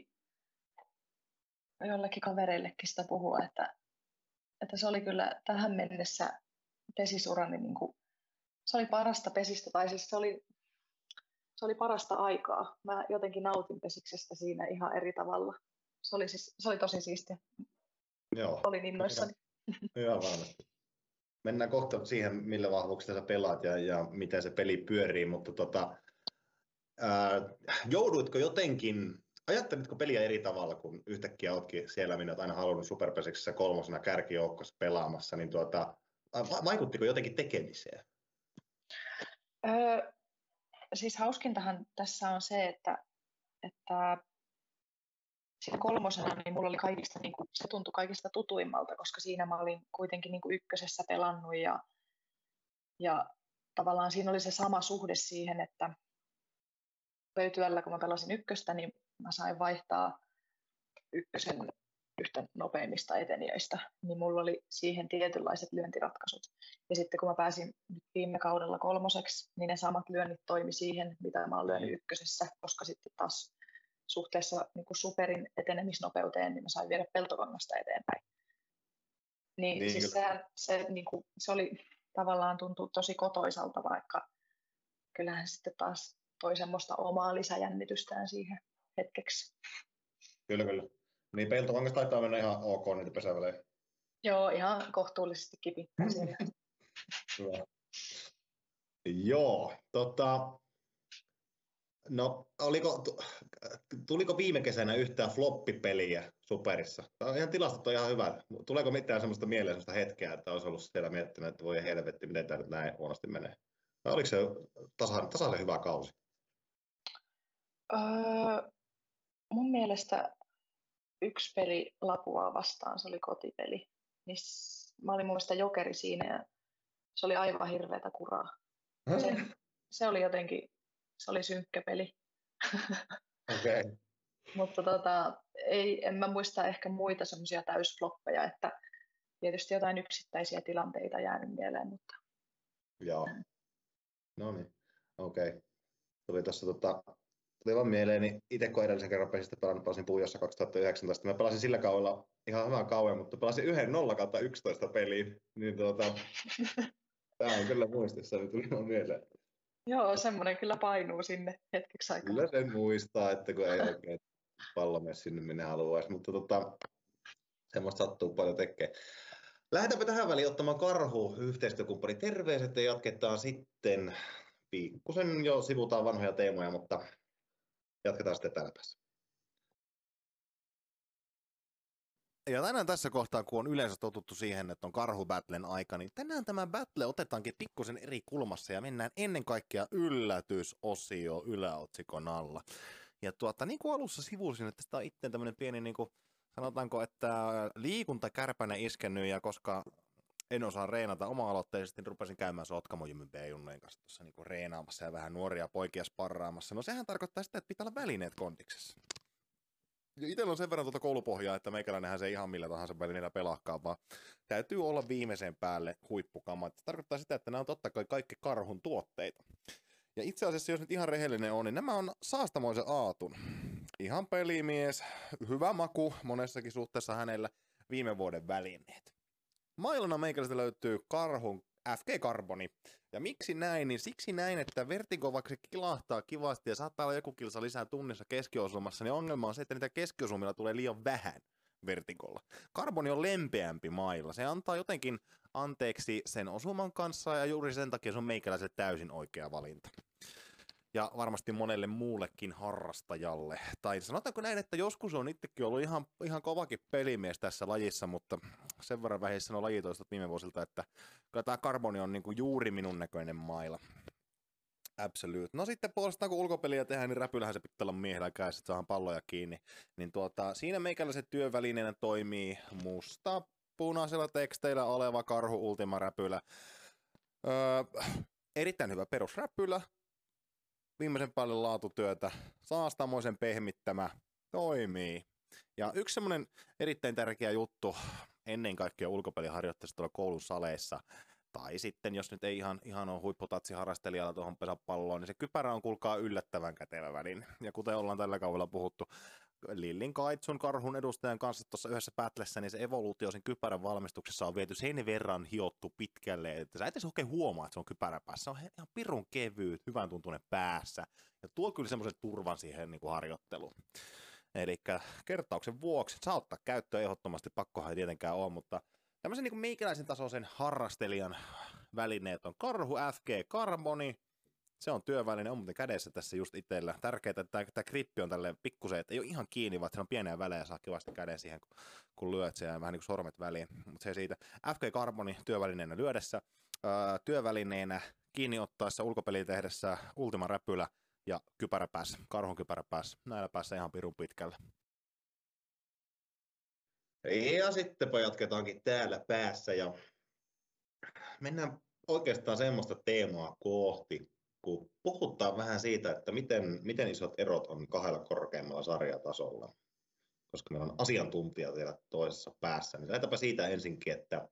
C: jollekin kavereillekin sitä puhua, että se oli kyllä tähän mennessä pesisurani, niin kuin, se oli parasta pesistä, tai siis se oli parasta aikaa. Mä jotenkin nautin pesiksestä siinä ihan eri tavalla. Se oli tosi siistiä.
B: Joo.
C: Olin innoissani.
B: Hyvä varmasti. Mennään kohta siihen, millä vahvuuksilla sä pelaat ja miten se peli pyörii, mutta jouduitko jotenkin, ajattelitko peliä eri tavalla, kun yhtäkkiä oletkin siellä, minä olet aina halunnut superpesiksessä 3. kärkijoukkossa pelaamassa, niin vaikuttiko jotenkin tekemiseen?
C: Siis hauskintahan tässä on se, että siinä 3. niin mulla oli kaikista, niin kuin, se tuntui kaikista tutuimmalta, koska siinä mä olin kuitenkin niin kuin 1. pelannut ja tavallaan siinä oli se sama suhde siihen, että pöytyällä kun mä pelasin 1, niin mä sain vaihtaa 1 yhtä nopeimmista etenijöistä, niin mulla oli siihen tietynlaiset lyöntiratkaisut. Ja sitten kun mä pääsin nyt viime kaudella 3, niin ne samat lyönnit toimi siihen, mitä mä oon lyönyt 1, koska sitten taas suhteessa niin kuin superin etenemisnopeuteen, niin mä sain viedä peltokangasta eteenpäin. Niin siis se oli tavallaan tuntui tosi kotoisalta, vaikka kyllähän sitten taas toi semmoista omaa lisäjännitystään siihen hetkeksi.
B: Kyllä. Niin peltokangas taitaa mennä ihan ok niitä pesävälejä.
C: Joo, ihan kohtuullisesti kipittää siellä.
B: Joo, no tuliko viime kesänä yhtään floppipeliä Superissa? Ihan tilastot on ihan hyvät. Tuleeko mitään semmoista mieleen semmoista hetkeä, että olisi ollut siellä miettinyt, että voi helvetti, miten tämä nyt näin huonosti menee? Vai oliko se tasainen hyvä kausi?
C: Mun mielestä 1 peli Lapuaa vastaan, se oli kotipeli. Niin mä olin mun mielestä jokeri siinä ja se oli aivan hirveätä kuraa. Se oli jotenkin, se oli synkkä peli.
B: Okay.
C: Mutta en mä muista ehkä muita semmoisia täysfloppeja, että tietysti jotain yksittäisiä tilanteita jäänyt mieleen. Mutta...
B: Joo, no niin, okei. Tuli tuossa tuli vaan mieleeni, itse kun edellisen kerran pesistä pelasin Puujossa 2019, mä pelasin sillä kaudella ihan hyvän kauan, mutta pelasin 1-0/11 peliin, niin tämä on kyllä muistissa, niin tuli vaan mieleen.
C: Joo, semmoinen kyllä painuu sinne hetkeksi aikaa.
B: Kyllä sen muistaa, että kun ei oikein pallo mene sinne minne haluaisi, mutta semmoista sattuu paljon tekemään. Lähdetäänpä tähän väliin ottamaan Karhu yhteistyökumppani terveiset ja jatketaan sitten. Pikkusen jo sivutaan vanhoja teemoja, mutta jatketaan sitten täällä päässä.
A: Ja tänään tässä kohtaa, kun on yleensä totuttu siihen, että on Karhu-battlen aika, niin tänään tämä battle otetaankin pikkusen eri kulmassa ja mennään ennen kaikkea yllätysosio yläotsikon alla. Ja niin kuin alussa sivusin, että tämä on itse tämmöinen pieni, niin kuin, sanotaanko, että liikuntakärpänä iskennyt, ja koska en osaa reenata oma-aloitteisesti, niin rupesin käymään Sotkamo-Jymyn B-junnojen kanssa tuossa niin kuin reenaamassa ja vähän nuoria poikia sparraamassa. No sehän tarkoittaa sitä, että pitää olla välineet kondiksessa. Ja itsellä on sen verran koulupohjaa, että meikäläinenhän se ihan millä tahansa välineillä pelaakaan, vaan täytyy olla viimeisen päälle huippukamat. Se tarkoittaa sitä, että nämä on totta kai kaikki Karhun tuotteita. Ja itse asiassa, jos nyt ihan rehellinen on, niin nämä on Saastamoisen Aatun. Ihan pelimies, hyvä maku monessakin suhteessa hänellä, viime vuoden välineet. Mailona meikäläistä löytyy Karhun FG Carboni. Ja miksi näin? Niin siksi näin, että Vertigo, vaikka se kilahtaa kivasti ja saattaa olla joku kilsa lisää tunnissa keskiosumassa, niin ongelma on se, että niitä keskiosumilla tulee liian vähän Vertigolla. Carboni on lempeämpi mailla. Se antaa jotenkin anteeksi sen osuman kanssa ja juuri sen takia se on meikäläiselle täysin oikea valinta. Ja varmasti monelle muullekin harrastajalle. Tai sanotaanko näin, että joskus on itsekin ollut ihan kovakin pelimies tässä lajissa, mutta sen verran vähissä on lajitoistot viime vuosilta, että kyllä tämä Carboni on niinku juuri minun näköinen maila. Absolute. No sitten puolestaan kun ulkopeliä tehdään, niin räpylähän se pitää olla miehellä kädessä, että saadaan palloja kiinni. Niin siinä meikäläisen työvälineenä toimii musta punaisella teksteillä oleva Karhu Ultima räpylä. Erittäin hyvä perusräpylä. viimeisen paljon laatutyötä, saastamoisen pehmittämä, toimii. Ja yksi semmoinen erittäin tärkeä juttu ennen kaikkea ulkopeliharjoittelussa tuolla koulun saleissa, tai sitten jos nyt ei ihan ole huipputatsiharrastelijalla tuohon pesäpalloon, niin se kypärä on kuulkaa yllättävän kätevä väline. Ja kuten ollaan tällä kaudella puhuttu Lillin Kaitsun Karhun edustajan kanssa tuossa yhdessä pätlessä, niin se evoluutio sen kypärän valmistuksessa on viety sen verran hiottu pitkälle, että sä et edes oikein huomaa, että se on kypärä päässä. Se on ihan pirun kevyt, hyvän tuntunen päässä, ja tuo kyllä semmoisen turvan siihen niin kuin harjoitteluun. Eli kertauksen vuoksi saa ottaa käyttöön ehdottomasti, pakkohan ei tietenkään ole, mutta tämmöisen niin kuin meikäläisen tasoisen harrastelijan välineet on Karhu FG Carboni. Se on työväline, on muuten kädessä tässä just itsellä. Tärkeää, että tämä grippi on tälleen pikkusen, että ei ole ihan kiinni, vaan se on pieniä välejä, saa kivasti käden siihen, kun lyöt, se jää vähän niin kuin sormet väliin. Mutta se siitä FG Carboni työvälineenä lyödessä, työvälineenä kiinni ottaessa ulkopeliä tehdessä Ultima räpylä ja kypäräpäässä, karhun kypäräpäässä. Näillä päässä ihan pirun pitkälle.
B: Ja sittenpä jatketaankin täällä päässä ja mennään oikeastaan semmoista teemaa kohti, kun puhutaan vähän siitä, että miten isot erot on kahdella korkeammalla sarjatasolla, koska meillä on asiantuntija siellä toisessa päässä. Niin lähdetäänpä siitä ensinkin, että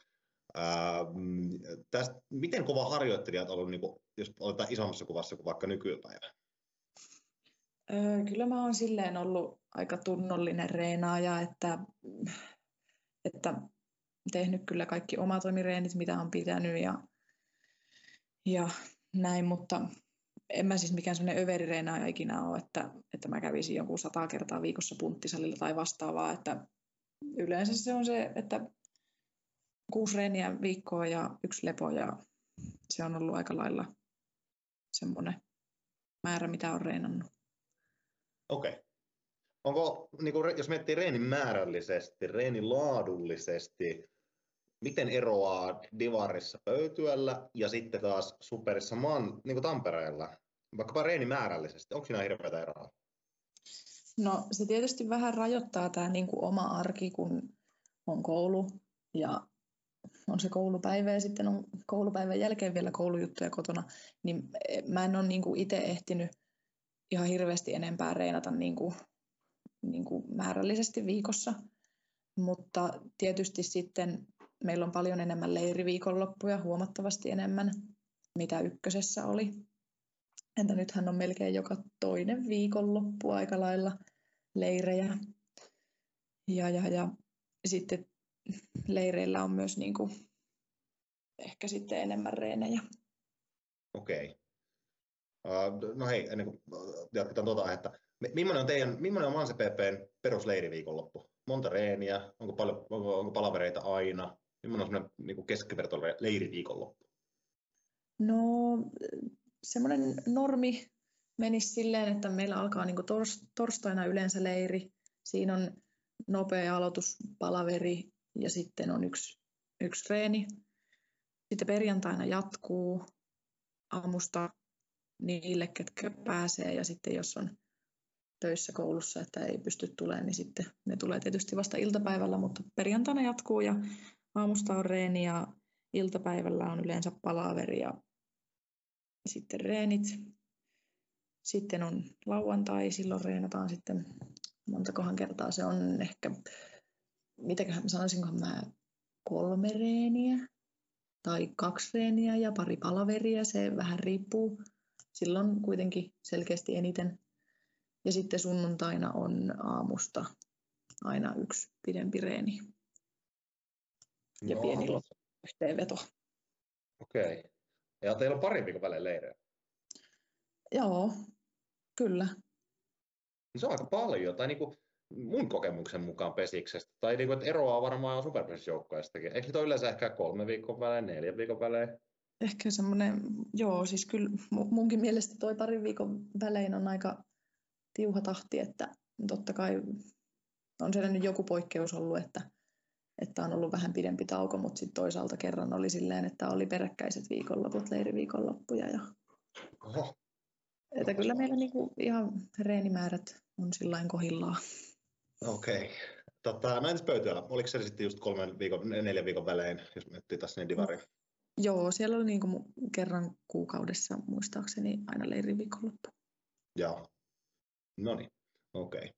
B: miten kova harjoittelijat on ollut, niin kuin, jos otetaan isommassa kuvassa kuin vaikka nykypäivä?
C: Kyllä mä oon silleen ollut aika tunnollinen reenaaja, että tehnyt kyllä kaikki omatoimireenit, mitä on pitänyt ja näin, mutta en mä siis mikään semmoinen överireenaaja ikinä ole, että mä kävisin jonkun 100 kertaa viikossa punttisalilla tai vastaavaa, että yleensä se on se, että 6 reeniä viikkoa ja 1 lepo ja se on ollut aika lailla semmoinen määrä, mitä on reenannut.
B: Okei. Onko, niin kuin, jos miettii reenin määrällisesti, reenin laadullisesti, miten eroaa divarissa Pöytyällä ja sitten taas superissa niin kuin Tampereella, vaikkapa reenimäärällisesti? Onko siinä hirveätä eroa?
C: No se tietysti vähän rajoittaa tämä niin kuin oma arki, kun on koulu ja on se koulupäivä ja sitten on koulupäivän jälkeen vielä koulujuttuja kotona, niin mä en ole niin kuin itse ehtinyt ihan hirveästi enempää reenata niin kuin määrällisesti viikossa, mutta tietysti sitten meillä on paljon enemmän leiriviikonloppuja, huomattavasti enemmän, mitä ykkösessä oli. Entä nythän on melkein joka toinen viikonloppu aika lailla leirejä. Ja sitten leireillä on myös niin kuin ehkä sitten enemmän reenejä.
B: Okei. No hei, ennen kuin jatketaan tuota aihetta. Millainen on Manse PP:n perusleiriviikonloppu? Monta reeniä? Onko palavereita aina? Millainen on semmoinen niin keskiverto leiriviikonloppu?
C: No semmoinen normi menisi silleen, että meillä alkaa niin kuin torstaina yleensä leiri. Siinä on nopea aloituspalaveri ja sitten on yksi treeni. Sitten perjantaina jatkuu aamusta niille, ketkä pääsee ja sitten jos on töissä koulussa, että ei pysty tulemaan, niin sitten ne tulee tietysti vasta iltapäivällä, mutta perjantaina jatkuu ja aamusta on reeni ja iltapäivällä on yleensä palaveri ja sitten reenit. Sitten on lauantai, silloin reenataan sitten montakohan kertaa se on ehkä, mitäköhän sanoisinkohan mä 3 reeniä tai 2 reeniä ja pari palaveria, se vähän riippuu. Silloin kuitenkin selkeästi eniten. Ja sitten sunnuntaina on aamusta aina 1 pidempi reeni. Ja pieni yhteenveto.
B: Okei. Ja teillä on parin viikon välein leirejä?
C: Joo, kyllä.
B: Se on aika paljon, tai niinku mun kokemuksen mukaan Pesiksestä, tai niinku, että eroaa varmaan Superpes-joukkoistakin. Eikö se ole yleensä ehkä 3 viikon välein, 4 viikon välein?
C: Ehkä semmoinen, joo, siis kyllä munkin mielestä toi 2 viikon välein on aika tiuha tahti, että totta kai on siellä nyt joku poikkeus ollut, että on ollut vähän pidempi tauko, mutta sitten toisaalta kerran oli silleen, että oli peräkkäiset viikonloput, leiriviikonloppuja.
B: Oho.
C: Että kyllä meillä niinku ihan reenimäärät on sillain kohillaan.
B: Okei. No entäs Pöytyällä? Oliko se sitten just 3 viikon, 4 viikon välein, jos miettii taas sinne divariin?
C: Joo, siellä oli niin kuin kerran kuukaudessa muistaakseni aina leiriviikonloppu.
B: Joo. No niin, okei.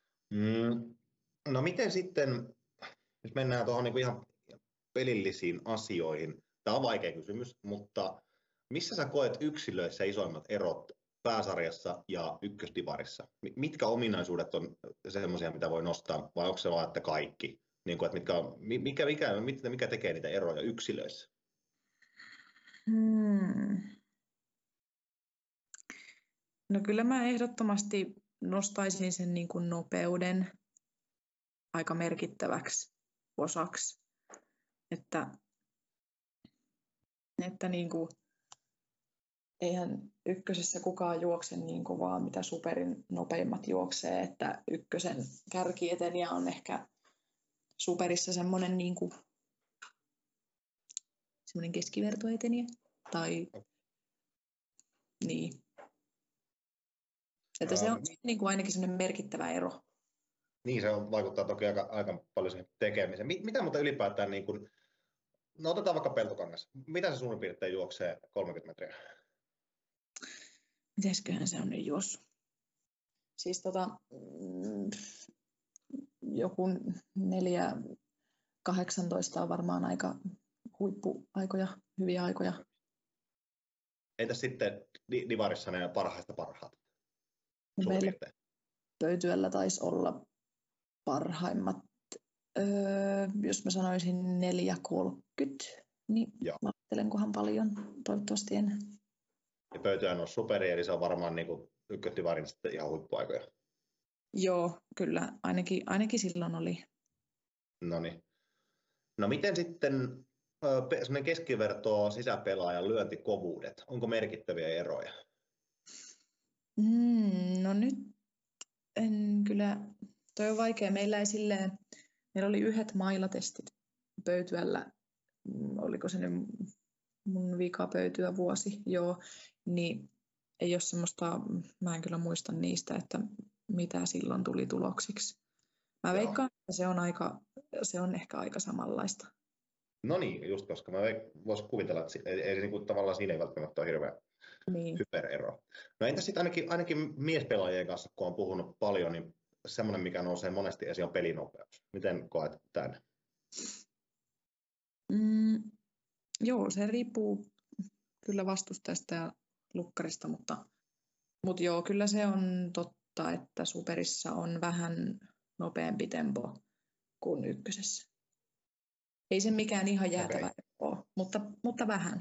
B: No miten sitten, jos mennään tuohon niin ihan pelillisiin asioihin, tämä on vaikea kysymys, mutta missä sä koet yksilöissä isoimmat erot pääsarjassa ja ykkösdivarissa? Mitkä ominaisuudet on sellaisia, mitä voi nostaa, vai onko se vaan, että kaikki? Niin kuin, että mikä tekee niitä eroja yksilöissä?
C: No kyllä mä ehdottomasti nostaisin sen niin kuin nopeuden aika merkittäväksi osaksi, että niin kuin, eihän ykkösessä kukaan juokse niin kovaa, mitä superin nopeimmat juoksee, että ykkösen kärkietenijä on ehkä superissa semmoinen niin kuin semmoinen keskivertoetenijä tai niin. Että se on niin kuin ainakin semmoinen merkittävä ero.
B: Niin, se vaikuttaa toki aika paljon siihen tekemiseen. Mitä mutta ylipäätään, niin kuin, no otetaan vaikka Peltokangas. Mitä se suurin piirtein juoksee 30 metriä?
C: Mitäsköhän se on nyt juossut? Siis joku 4.18 on varmaan aika huippuaikoja, hyviä aikoja.
B: Entäs sitten divarissa ne parhaista parhaat?
C: Meillä Pöytyällä taisi olla parhaimmat, jos mä sanoisin 4.30, niin ajattelenkohan paljon, toivottavasti en.
B: Ja Pöytyä on superi, eli se on varmaan niin ykkösdivarin sitten ihan huippuaikoja.
C: Joo, kyllä, ainakin silloin oli.
B: Noniin. No miten sitten semmoinen keskiverto sisäpelaajan lyöntikovuudet, onko merkittäviä eroja?
C: No nyt en kyllä, toi on vaikea. Meillä oli yhdet mailatestit Pöytyällä, oliko se nyt mun vika Pöytyä vuosi, joo, niin ei ole semmoista, mä en kyllä muista niistä, että mitä silloin tuli tuloksiksi. Mä veikkaan, että se on ehkä aika samanlaista.
B: No niin, just koska mä voisin kuvitella, että ei niin kuin, tavallaan siinä ei välttämättä ole hirveä hyperero. No entäs sitten ainakin miespelaajien kanssa, kun on puhunut paljon, niin semmoinen, mikä nousee monesti esiin, on pelinopeus. Miten koet tämän?
C: Joo, se riippuu kyllä vastustajasta ja lukkarista, mutta joo, kyllä se on totta, että superissa on vähän nopeampi tempo kuin ykkösessä. Ei se mikään ihan jäätävä ole, mutta vähän.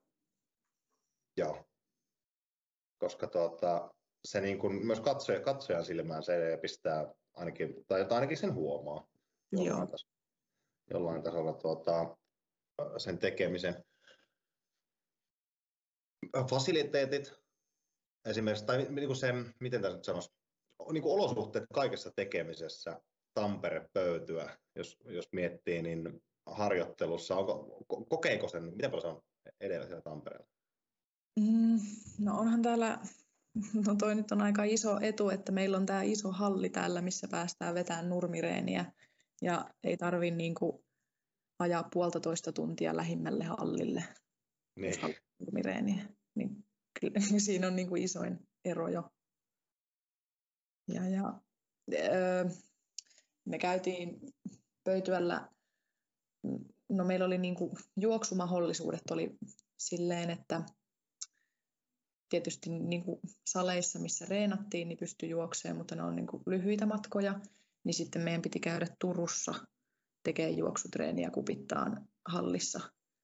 B: Joo, koska se niin kuin myös katsojan silmään se pistää ainakin sen huomaa jollain tasolla sen tekemisen. Fasiliteetit esimerkiksi, tai niin kuin se, miten tässä nyt sanoisi, niin kuin olosuhteet kaikessa tekemisessä, Tampere, Pöytyä, jos miettii, niin harjoittelussa, kokeeko sen, mitä paljon se on edellä siellä Tampereella?
C: No onhan täällä, no toi nyt on aika iso etu, että meillä on tämä iso halli täällä, missä päästään vetämään nurmireeniä ja ei tarvitse niinku ajaa 1,5 tuntia lähimmälle hallille, jos haluaa nurmireeniä. Niin kyllä siinä on niinku isoin ero jo. Me käytiin Pöytyällä, no meillä oli niinku juoksumahdollisuudet oli silleen, että tietysti niinku saleissa, missä reenattiin, niin pystyi juoksemaan, mutta ne on niinku lyhyitä matkoja, niin sitten meidän piti käydä Turussa tekemään juoksutreeniä Kupittaan hallissa,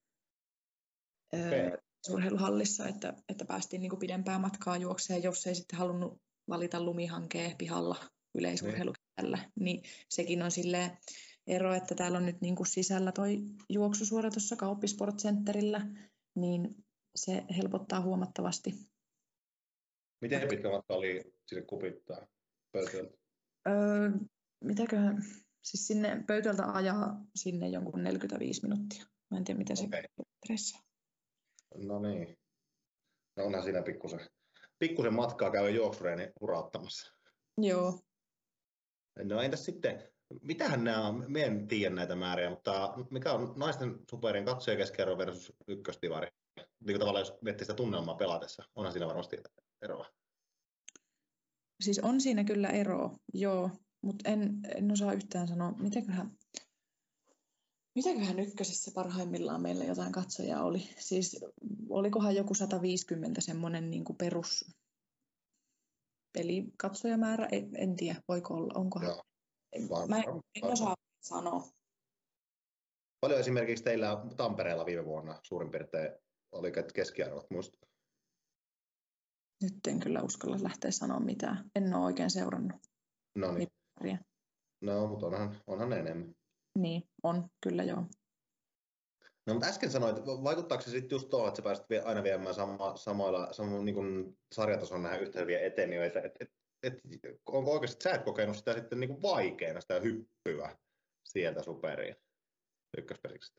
C: urheiluhallissa, että päästiin niinku pidempää matkaa juokseen, jos ei sitten halunnut valita lumihankea pihalla yleisurheilukentällä, niin sekin on silleen ero, että täällä on nyt niinku sisällä toi juoksusuora tuossa Kauppisportcenterillä, niin se helpottaa huomattavasti.
B: Miten pitkä matka oli sinne Kupittaan Pöytältä?
C: Mitäköhän, siis sinne Pöytältä ajaa sinne jonkun 45 minuuttia. Mä en tiedä, mitä se kilometreissä.
B: No niin. No onhan siinä pikkusen matkaa käydä juoksureeni hurauttamassa.
C: Joo.
B: No entäs sitten, Mitähän nämä on? Mä en tiedä näitä määriä, mutta mikä on naisten superin katsojakeskiarvo versus ykköstivari? Niin kuin tavallaan jos miettii sitä tunnelmaa pelatessa, onhan siinä varmasti eroa.
C: Siis on siinä kyllä eroa, joo, mutta en osaa yhtään sanoa, mitäköhän ykkösessä parhaimmillaan meillä jotain katsojaa oli. Siis olikohan joku 150 semmoinen niin kuin perus pelikatsojamäärä, en tiedä, voiko olla, onkohan.
B: Joo,
C: Mä en osaa sanoa.
B: Paljon esimerkiksi teillä Tampereella viime vuonna suurin piirtein oli keskiarvot muista?
C: Nyt en kyllä uskalla lähteä sanoa mitään. En ole oikein seurannut.
B: No niin.
C: Mitään.
B: No, mutta onhan ne enemmän.
C: Niin, on, kyllä joo.
B: No, mutta äsken sanoit, vaikuttaako se sitten just tuohon, että sä pääset aina viemään samoilla niin kuin sarjatason nähdä yhtä hyviä etenijöitä, onko oikeasti, että sä et kokenut sitä sitten niin kuin vaikeana, sitä hyppyä sieltä superiin ykköspesiksestä?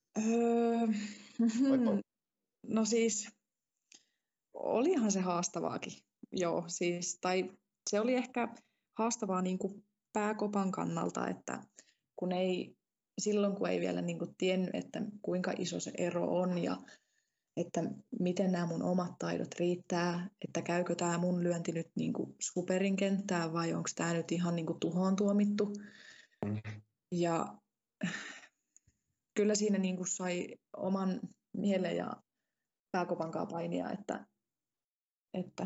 C: No siis, olihan se haastavaakin, joo, siis, tai se oli ehkä haastavaa niin kuin pääkopan kannalta, että silloin kun ei vielä niin kuin tiennyt, että kuinka iso se ero on ja että miten nämä mun omat taidot riittää, että käykö tämä mun lyönti nyt niin kuin superin kenttään vai onko tämä nyt ihan niin kuin tuhoon tuomittu. Ja kyllä siinä niin kuin sai oman mielen ja pääkopan kanssa painia, että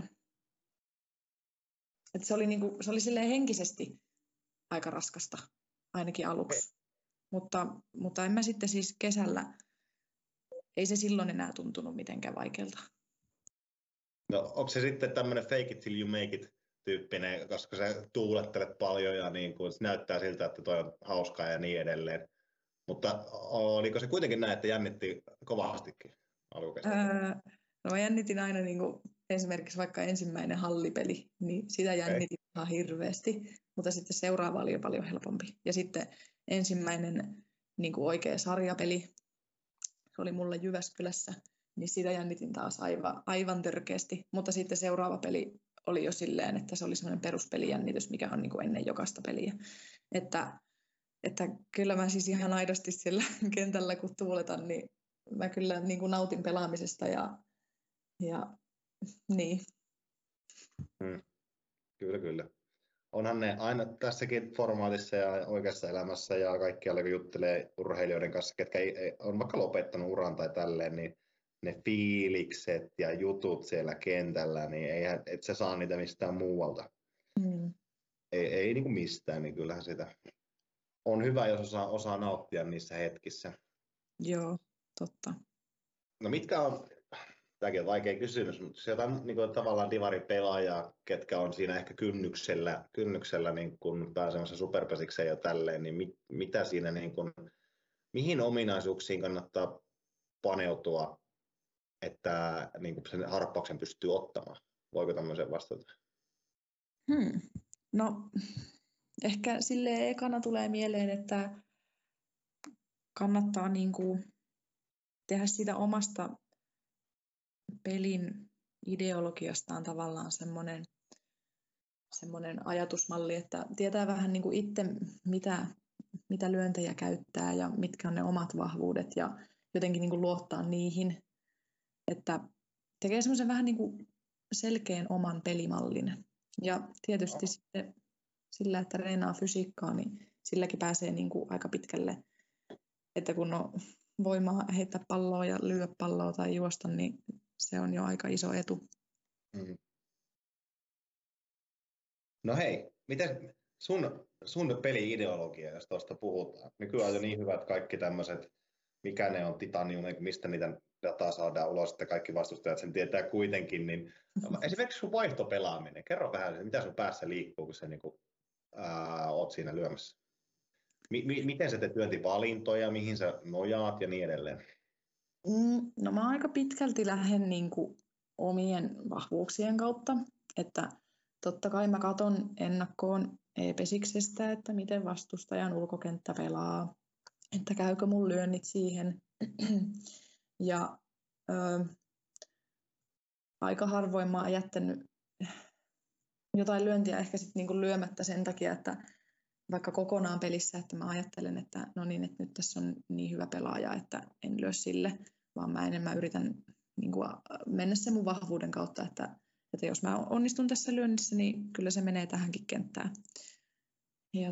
C: se oli, niin kuin, se oli silleen henkisesti aika raskasta, ainakin aluksi. Mutta en mä sitten siis kesällä, ei se silloin enää tuntunut mitenkään vaikealta.
B: No onko se sitten tämmöinen fake it till you make it -tyyppinen, koska sä tuulettelet paljon ja niin kuin, se näyttää siltä, että toi on hauskaa ja niin edelleen. Mutta oliko se kuitenkin näin, että jännitti kovastikin alkukesällä?
C: No mä jännitin aina niin kuin esimerkiksi vaikka ensimmäinen hallipeli, niin sitä jännitin ihan hirveästi, mutta sitten seuraava oli jo paljon helpompi. Ja sitten ensimmäinen niin kuin oikea sarjapeli, se oli mulla Jyväskylässä, niin sitä jännitin taas aivan törkeästi, mutta sitten seuraava peli oli jo silleen, että se oli semmoinen peruspelijännitys, mikä on niin kuin ennen jokaista peliä. Että kyllä mä siis ihan aidosti siellä kentällä, kun tuuletan, niin mä kyllä niin kuin nautin pelaamisesta ja niin.
B: Kyllä. Onhan ne aina tässäkin formaatissa ja oikeassa elämässä ja kaikkialla, kun juttelee urheilijoiden kanssa, ketkä ei on vaikka lopettanut uran tai tälleen, niin ne fiilikset ja jutut siellä kentällä, niin et sä saa niitä mistään muualta. Ei niin kuin mistään, niin kyllähän sitä on hyvä, jos osaa nauttia niissä hetkissä.
C: Joo, totta.
B: No mitkä on, tämäkin on vaikea kysymys, mutta se jotain niin kuin, tavallaan divaripelaajaa, ketkä on siinä ehkä kynnyksellä niin kuin pääsemässä superpesikseen ja tälleen, niin mitä siinä, niin kuin, mihin ominaisuuksiin kannattaa paneutua, että niin kuin sen harppauksen pystyy ottamaan? Voiko tämmöisen vastata?
C: No ehkä silleen ekana tulee mieleen, että kannattaa niin kuin tehdä siitä omasta pelin ideologiastaan tavallaan semmoinen ajatusmalli, että tietää vähän niin kuin itse, mitä lyöntejä käyttää ja mitkä on ne omat vahvuudet ja jotenkin niin kuin luottaa niihin, että tekee semmoisen vähän niin kuin selkeän oman pelimallin. Ja tietysti sitten sillä, että treenaa fysiikkaa, niin silläkin pääsee niin kuin aika pitkälle, että kun on voimaa heittää palloa ja lyödä palloa tai juosta, niin se on jo aika iso etu.
B: No hei, miten sun peli-ideologia, jos tuosta puhutaan? Nykyään on jo niin hyvät kaikki tämmöiset, mikä ne on titanium, mistä niitä dataa saadaan ulos, että kaikki vastustajat sen tietää kuitenkin. Niin, esimerkiksi sun vaihtopelaaminen, kerro vähän, mitä sun päässä liikkuu, kun sä niinku, oot siinä lyömässä. Miten sä teet lyöntivalintoja, mihin sä nojaat ja niin edelleen?
C: No mä aika pitkälti lähden niin kuin omien vahvuuksien kautta, että totta kai mä katon ennakkoon e-pesiksestä, että miten vastustajan ulkokenttä pelaa, että käykö mun lyönnit siihen. Ja aika harvoin mä oon jättänyt jotain lyöntiä ehkä sitten niinku lyömättä sen takia, että vaikka kokonaan pelissä, että mä ajattelen, että no niin, että nyt tässä on niin hyvä pelaaja, että en lyö sille, vaan mä enemmän yritän niin kuin mennä sen mun vahvuuden kautta, että jos mä onnistun tässä lyönnissä, niin kyllä se menee tähänkin kenttään. Ja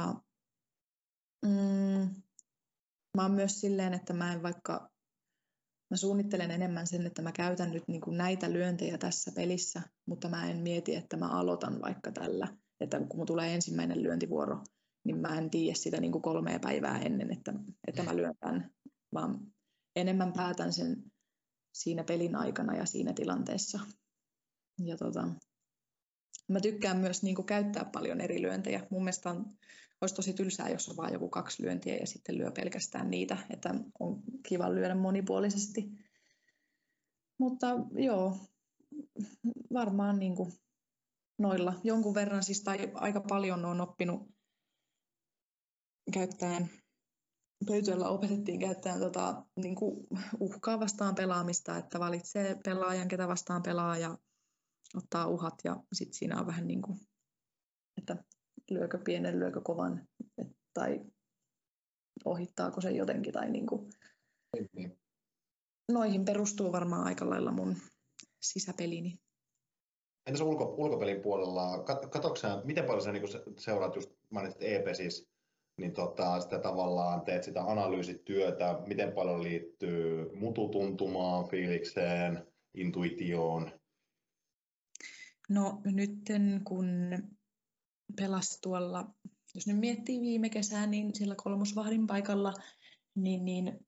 C: mä oon myös silleen, että mä suunnittelen enemmän sen, että mä käytän nyt niin kuin näitä lyöntejä tässä pelissä, mutta mä en mieti, että mä aloitan vaikka tällä. Että kun mulla tulee ensimmäinen lyöntivuoro, niin mä en tiedä sitä niin kuin 3 päivää ennen, että mä lyön tämän, vaan enemmän päätän sen siinä pelin aikana ja siinä tilanteessa. Ja mä tykkään myös niin kuin käyttää paljon eri lyöntejä. Mun mielestä olisi tosi tylsää, jos on vain joku 2 lyöntiä ja sitten lyö pelkästään niitä, että on kiva lyödä monipuolisesti. Mutta joo, varmaan niin kuin noilla jonkun verran, siis tai aika paljon olen oppinut käyttämään, pöytyöllä opetettiin käyttämään niin kuin uhkaa vastaan pelaamista, että valitsee pelaajan, ketä vastaan pelaa ja ottaa uhat ja sitten siinä on vähän niin kuin, että lyökö pienen, lyökö kovan tai ohittaako se jotenkin tai niin kuin. Noihin perustuu varmaan aika lailla mun sisäpelini.
B: Entäs ulkopelin puolella, katsoitko miten paljon sä niin seuraat, just mainitsit e-pesis, niin sitä tavallaan teet sitä analyysityötä, miten paljon liittyy mututuntumaan, fiilikseen, intuitioon?
C: No nytten kun pelasi tuolla, jos nyt miettii viime kesää, niin siellä kolmosvahdin paikalla, niin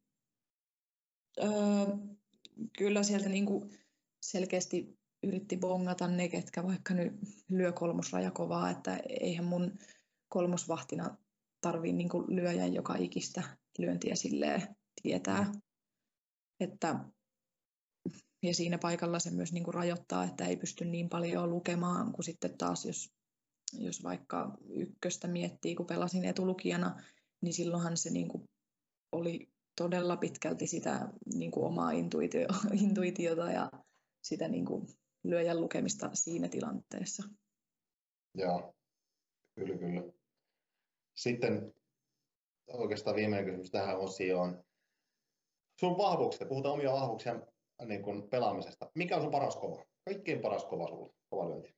C: kyllä sieltä niin kuin selkeästi yritti bongata ne, ketkä vaikka nyt lyö kolmosraja kovaa, että eihän mun kolmosvahtina tarvii niin kuin lyöjän joka ikistä lyöntiä silleen tietää. Ja siinä paikalla se myös niin kuin rajoittaa, että ei pysty niin paljon lukemaan kuin sitten taas, jos vaikka ykköstä miettii, kun pelasin etulukijana, niin silloinhan se niin kuin oli todella pitkälti sitä niin kuin omaa intuitiota ja sitä niin kuin lyöjän lukemista siinä tilanteessa.
B: Joo, kyllä. Sitten oikeastaan viimeinen kysymys tähän osioon. Sun vahvuuksista, puhutaan omia vahvuuksia niin kuin pelaamisesta. Mikä on sun paras kova? Kaikkein paras kova sulla, kova lyönti?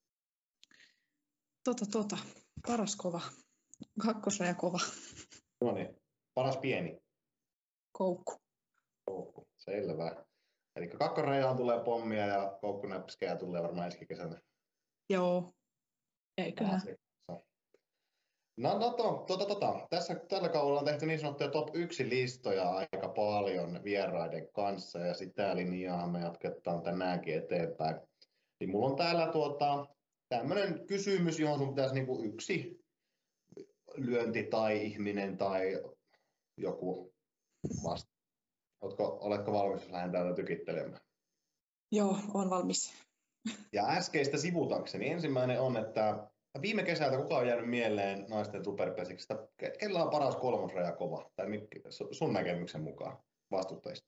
C: Paras kova. Kakkosraja kova.
B: No niin, paras pieni?
C: Koukku.
B: Selvä. Eli kakkorajaan tulee pommia ja koukkunäpskejä tulee varmaan ensi kesänä.
C: Joo, eiköhän.
B: Tällä kaudella on tehty niin sanottuja top 1 listoja aika paljon vieraiden kanssa ja sitä linjaa me jatketaan tänäänkin eteenpäin. Niin mulla on täällä tämmöinen kysymys, johon sun pitäisi niinku yksi lyönti tai ihminen tai joku vasta. Oletko valmis, jos lähden täältä tykittelemään?
C: Joo, olen valmis.
B: Ja äskeistä sivutakseni ensimmäinen on, että viime kesältä kuka on jäänyt mieleen naisten superpesiksestä? Kellä on paras kolmosraja kova? Tai sun näkemyksen mukaan vastustajista?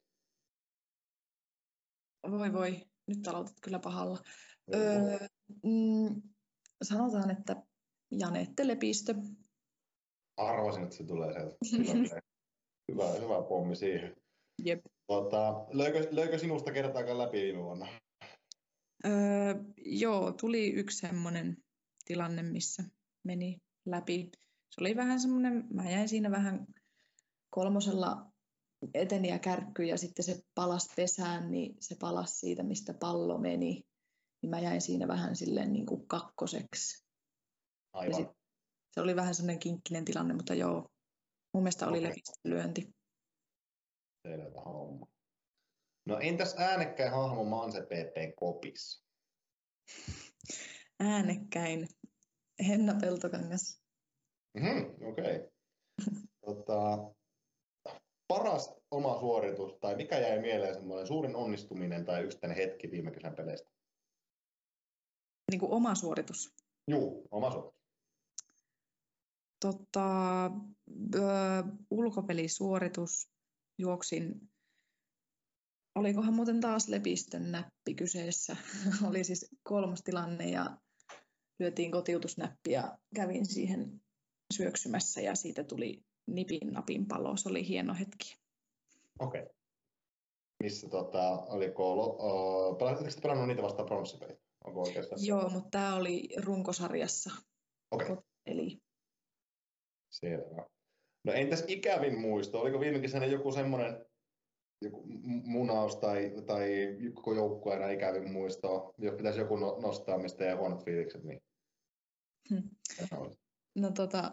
C: Voi. Nyt aloitat kyllä pahalla. Sanotaan, että Janette Lepistö.
B: Arvasin, että se tulee sieltä. Hyvä pommi siihen.
C: Jep.
B: Löikö sinusta kertaakaan läpi viime vuonna?
C: Joo, tuli yksi semmoinen tilanne, missä meni läpi. Se oli vähän semmoinen, mä jäin siinä vähän kolmosella eteni ja kärkkyi ja sitten se palasi pesään, niin se palasi siitä, mistä pallo meni. Niin mä jäin siinä vähän silleen niin kuin kakkoseksi.
B: Aivan.
C: Se oli vähän semmoinen kinkkinen tilanne, mutta joo, mun mielestä oli Lepistön lyönti.
B: Selvä homma. No entäs äänekkäin hahmo Manse PP:n kopissa?
C: Äänekkäin Henna Peltokangas.
B: Okei. Paras oma suoritus, tai mikä jäi mieleen semmoinen suurin onnistuminen tai yksittäinen hetki viime kesän peleistä?
C: Niin kuin oma suoritus?
B: Juu, oma suoritus.
C: Ulkopelisuoritus juoksin. Olikohan muuten taas Lepistön näppi kyseessä? Oli siis kolmostilanne ja lyötiin kotiutusnäppi ja kävin siihen
D: syöksymässä ja siitä tuli nipin napin palo. Se oli hieno hetki.
B: Okei. Missä pelasit pelannut niitä vastaan pronssipelit? Onko oikeastaan?
D: Joo, mutta tämä oli runkosarjassa.
B: Okei.
D: Eli
B: Selvä. No entäs ikävin muisto? Oliko viime kesänä joku semmoinen munaus tai koko joukkueena ikävin muisto? Jos pitäisi joku nostaa, mistä jää huonot fiilikset, niin...
D: No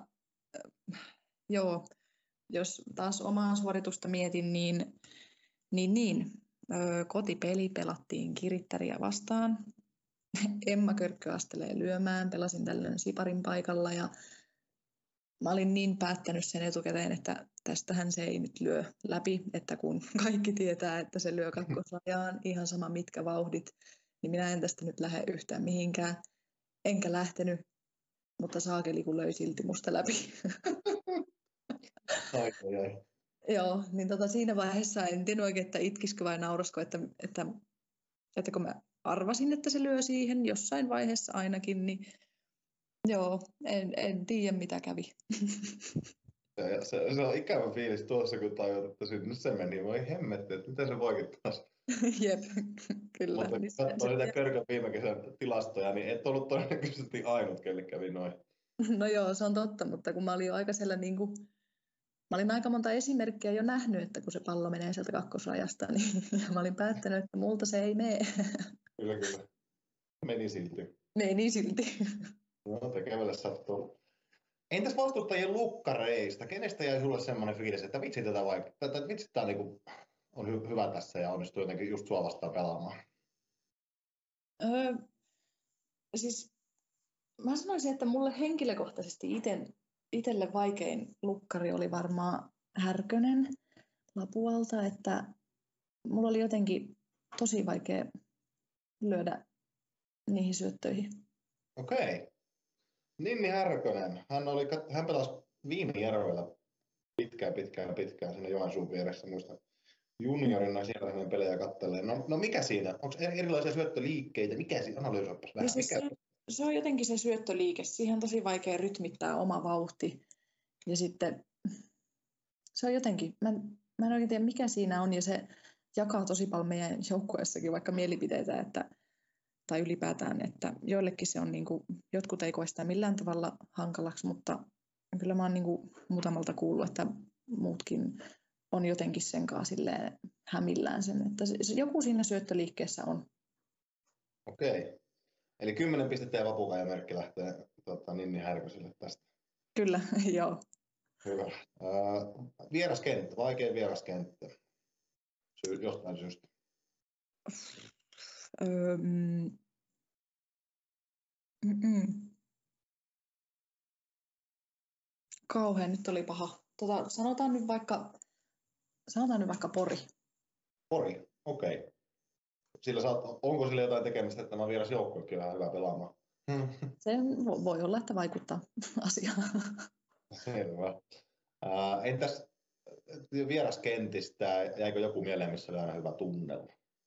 D: joo, jos taas omaa suoritusta mietin, niin kotipeli pelattiin Kirittäriä vastaan. Emma Körkkö astelee lyömään, pelasin tällöin siparin paikalla ja mä olin niin päättänyt sen etukäteen, että tästähän se ei nyt lyö läpi, että kun kaikki tietää, että se lyö kakkosrajaan, ihan sama mitkä vauhdit, niin minä en tästä nyt lähde yhtään mihinkään. Enkä lähtenyt, mutta saakeli kun löi silti musta läpi.
B: Ai.
D: Joo, niin siinä vaiheessa en tiedä oikein, että itkisikö vai naurasko, että kun mä arvasin, että se lyö siihen jossain vaiheessa ainakin, niin joo, en tiedä mitä kävi.
B: Se on ikävä fiilis tuossa, kun tajut, että nyt se meni. Voi hemmetti, että miten se voikin taas.
D: Jep, kyllä.
B: Mutta kun katsoo sitä Körkön viime kesän tilastoja, niin et ollut todennäköisesti ainut, kelle kävi noin.
D: No joo, se on totta, mutta kun mä olin jo aika siellä mä olin aika monta esimerkkiä jo nähnyt, että kun se pallo menee sieltä kakkosrajasta, niin mä olin päättänyt, että multa se ei mene.
B: Kyllä. Meni silti.
D: Meni silti.
B: No, tekevälle sattuu. Entäs vastustajien lukkareista? Kenestä jäi sulle semmoinen fiilis, että vitsi tämä niinku on hyvä tässä ja onnistuu jotenkin just sua vastaan pelaamaan?
D: Siis mä sanoisin, että mulle henkilökohtaisesti itselle vaikein lukkari oli varmaan Härkönen Lapualta, että mulla oli jotenkin tosi vaikea lyödä niihin syöttöihin.
B: Okei. Ninni Härkönen. Hän pelasi viime Järvellä pitkään siinä Joensuun vieressä. Muistan juniorina siellä hänen pelejä kattelee. No mikä siinä? Onko erilaisia syöttöliikkeitä? Mikä siinä? Analysoipas vähän.
D: Siis se on jotenkin se syöttöliike. Siihen on tosi vaikea rytmittää oma vauhti. Ja sitten se on jotenkin, mä en oikein tiedä mikä siinä on. Ja se jakaa tosi paljon meidän joukkueessakin vaikka mielipiteitä, tai ylipäätään, että joillekin se on jotkut ei koe sitä millään tavalla hankalaksi, mutta kyllä mä oon muutamalta kuullut, että muutkin on jotenkin sen kanssa silleen hämillään sen, että joku siinä syöttöliikkeessä on.
B: Okei. Eli 10 pistettä ja vapukaijamerkki lähtee Ninni Härköselle tästä.
D: Kyllä, joo.
B: Hyvä. Vieraskenttä, vaikea vieraskenttä. Jostain syystä.
D: Kauhean, nyt oli paha. Sanotaan nyt vaikka Pori.
B: Pori, okei. Onko sillä jotain tekemistä, että tämä vieras joukkuekin on vähän hyvä pelaamaan?
D: Se voi olla, että vaikuttaa asiaan.
B: Selvä. Entäs vieraskentistä, jäikö joku mieleen, missä oli aina hyvä tunnelma?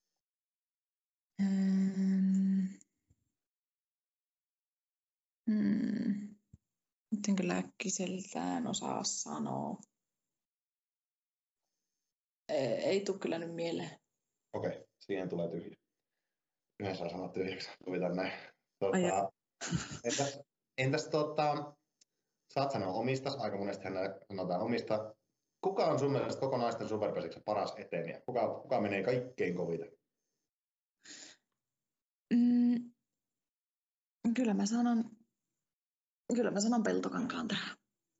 D: Nyt en kyllä äkkiseltään osaa sanoa. Ei tule kyllä nyt mieleen.
B: Okei, siihen tulee tyhjä. Yhden saa sanoa tyhjäksi, tuvitan näin. Entäs saat sanoa omistas, aika monesti sanotaan omista. Kuka on sun mielestä koko naisten superpesiksen paras eteniä? Kuka menee kaikkein koviten?
D: Kyllä mä sanon Peltokankaan tähän.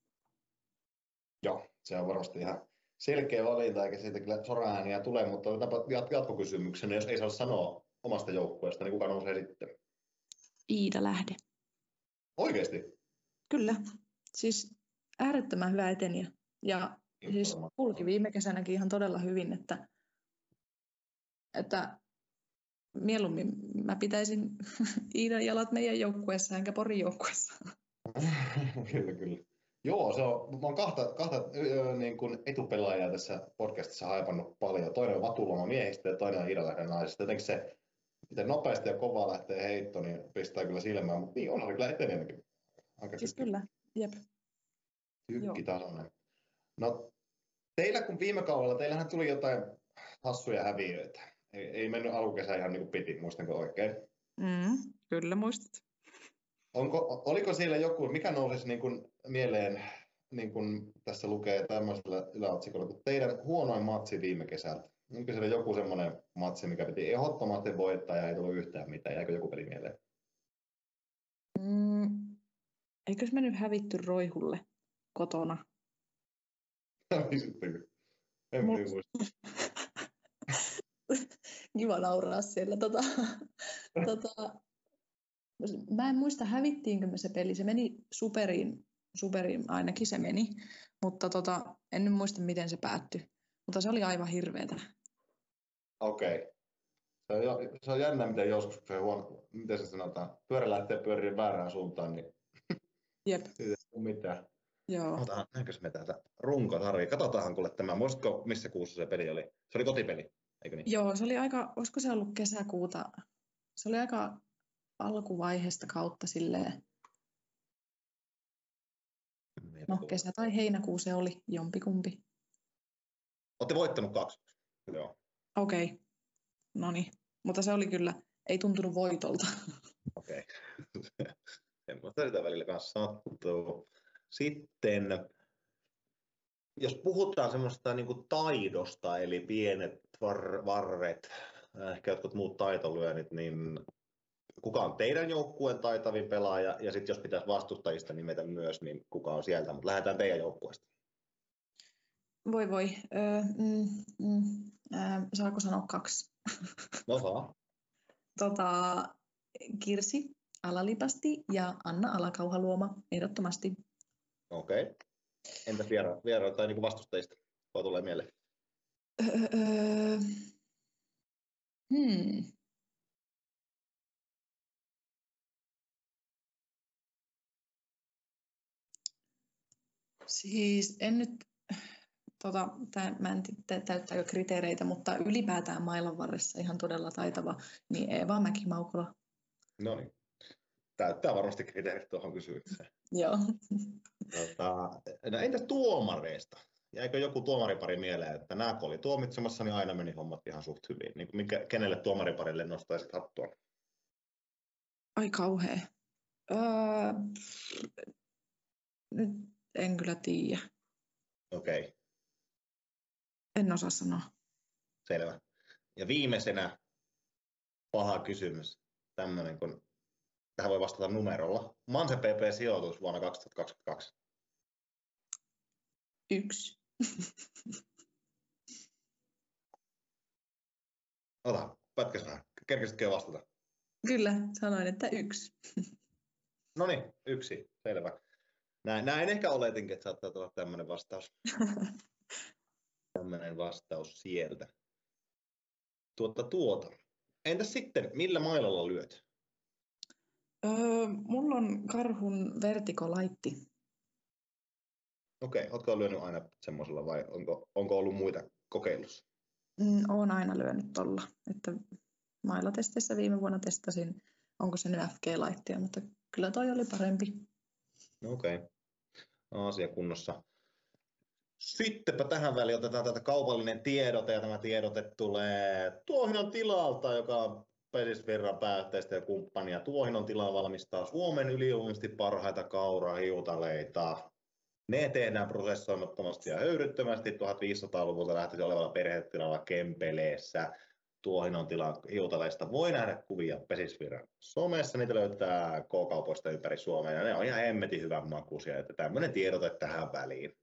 B: Joo, se on varmasti ihan selkeä valinta, eikä siitä kyllä soraääniä tule, mutta otetaanpa jatkokysymyksenä, jos ei saa sanoa omasta joukkueesta, niin kuka nousee sitten?
D: Iida Lähde.
B: Oikeasti?
D: Kyllä, siis äärettömän hyvä eteniä. Ja siis kulki viime kesänäkin ihan todella hyvin, että mieluummin mä pitäisin Iidan jalat meidän joukkueessa enkä Porin joukkueessa.
B: Kyllä. Joo, mä oon kahta niin kuin etupelaajaa tässä podcastissa haipannut paljon. Toinen on Vatuloma miehistä ja toinen on Iidalähden naisista. Jotenkin se, miten nopeasti ja kovaa lähtee heitto, niin pistää kyllä silmään. Mutta niin, onhan kyllä etenenäkin.
D: Siis kyllä, jep.
B: Tykkitasoinen. No, teillä kun viime kaudella, teillähän tuli jotain hassuja häviöitä. Ei mennyt alkukesä ihan niin kuin piti, muistanko oikein?
D: Kyllä muistat.
B: Oliko siellä joku, mikä nousisi niin kuin mieleen, niin kuin tässä lukee tämmöisellä yläotsikolla, kun teidän huonoin matsi viime kesältä? Onko siellä joku semmoinen matsi, mikä piti ehdottomasti voittaa ja ei tullut yhtään mitään? Jäikö joku peli mieleen?
D: Eikös me nyt hävitty Roihulle kotona?
B: En muista.
D: Kiva nauraa siellä. Mä en muista, hävittiinkö me se peli. Se meni superiin ainakin se meni, mutta en nyt muista, miten se päättyi. Mutta se oli aivan hirveetä.
B: Okei. Se on jännä, miten joskus, kun se miten se sanotaan, pyörä lähtee pyöriin väärään suuntaan, niin
D: Jep.
B: ei ole mitään.
D: Joo.
B: Näinkö me täältä runkosarja? Katsotaanhan kuule tämä. Muistatko, missä kuussa se peli oli? Se oli kotipeli, eikö niin?
D: Joo, se oli aika, olisiko se ollut kesäkuuta? Se oli aika alkuvaiheesta kautta silleen. No, kesä tai heinäkuu se oli, jompikumpi.
B: Olette voittanut 2. Joo.
D: Okei. Noniin. Mutta se oli kyllä, ei tuntunut voitolta.
B: Okei. Semmoista sitä välillä kanssa sattuu. Sitten, jos puhutaan semmoista niin kuin taidosta, eli pienet varret, ehkä jotkut muut taitolyönnit, niin kuka on teidän joukkueen taitavin pelaaja, ja sitten jos pitäisi vastustajista nimetä myös, niin kuka on sieltä, mutta lähdetään teidän joukkueesta.
D: Voi. Saako sanoa 2?
B: No saa.
D: Kirsi Alalipasti ja Anna Alakauhaluoma, ehdottomasti.
B: Okei. Entäs vieraita tai niin vastustajista? Voi tulee mieleen.
D: Siis en nyt, mä en tiedä täyttääkö kriteereitä, mutta ylipäätään mailan varressa ihan todella taitava, niin Eeva Mäki-Maukola.
B: No niin. Täyttää varmasti kriteerit tuohon kysymykseen.
D: Joo.
B: No entäs tuomareista? Jäikö joku tuomaripari mieleen, että nämä kun oli tuomitsemassa, niin aina meni hommat ihan suht hyvin? Niin kenelle tuomariparille nostaisit hattua?
D: Ai kauhea. Nyt en kyllä tiedä.
B: Okei.
D: En osaa sanoa.
B: Selvä. Ja viimeisenä paha kysymys. Tämmöinen, kun tähän voi vastata numerolla. Manse PP-sijoitus vuonna 2022.
D: 1.
B: Ota, pätkäs vähän. Kerkesitkö jo vastata?
D: Kyllä, sanoin, että 1.
B: No niin, 1. Selvä. Näin ehkä oletinkin, että saattaa tulla tämmöinen vastaus. Tämmöinen vastaus sieltä. Entäs sitten, millä mailalla lyöt?
D: Mulla on Karhun vertikolaitti.
B: Okei, ootko lyönyt aina semmoisella vai onko ollut muita kokeilussa?
D: Oon aina lyönyt tolla. Että mailatesteissä viime vuonna testasin, onko se nyt FG-laittia, mutta kyllä toi oli parempi.
B: Okei. Asia kunnossa. Sittenpä tähän väliin otetaan tätä kaupallinen tiedote, ja tämä tiedote tulee Tuohinon tilalta, joka on Pesisvirran päätteistä ja kumppania. Tuohinon tila valmistaa Suomen ylivoimaisesti parhaita kaurahiutaleita. Ne tehdään prosessoimattomasti ja höyryttömästi 1500-luvulta lähtien olevalla perhetilalla Kempeleessä. Tuohinon tilan hiutaleista voi nähdä kuvia Pesisvirran somessa. Niitä löytää K-kaupoista ympäri Suomea ja ne on ihan hemmetin hyvän makuisia. Että tämmöinen tiedote tähän väliin.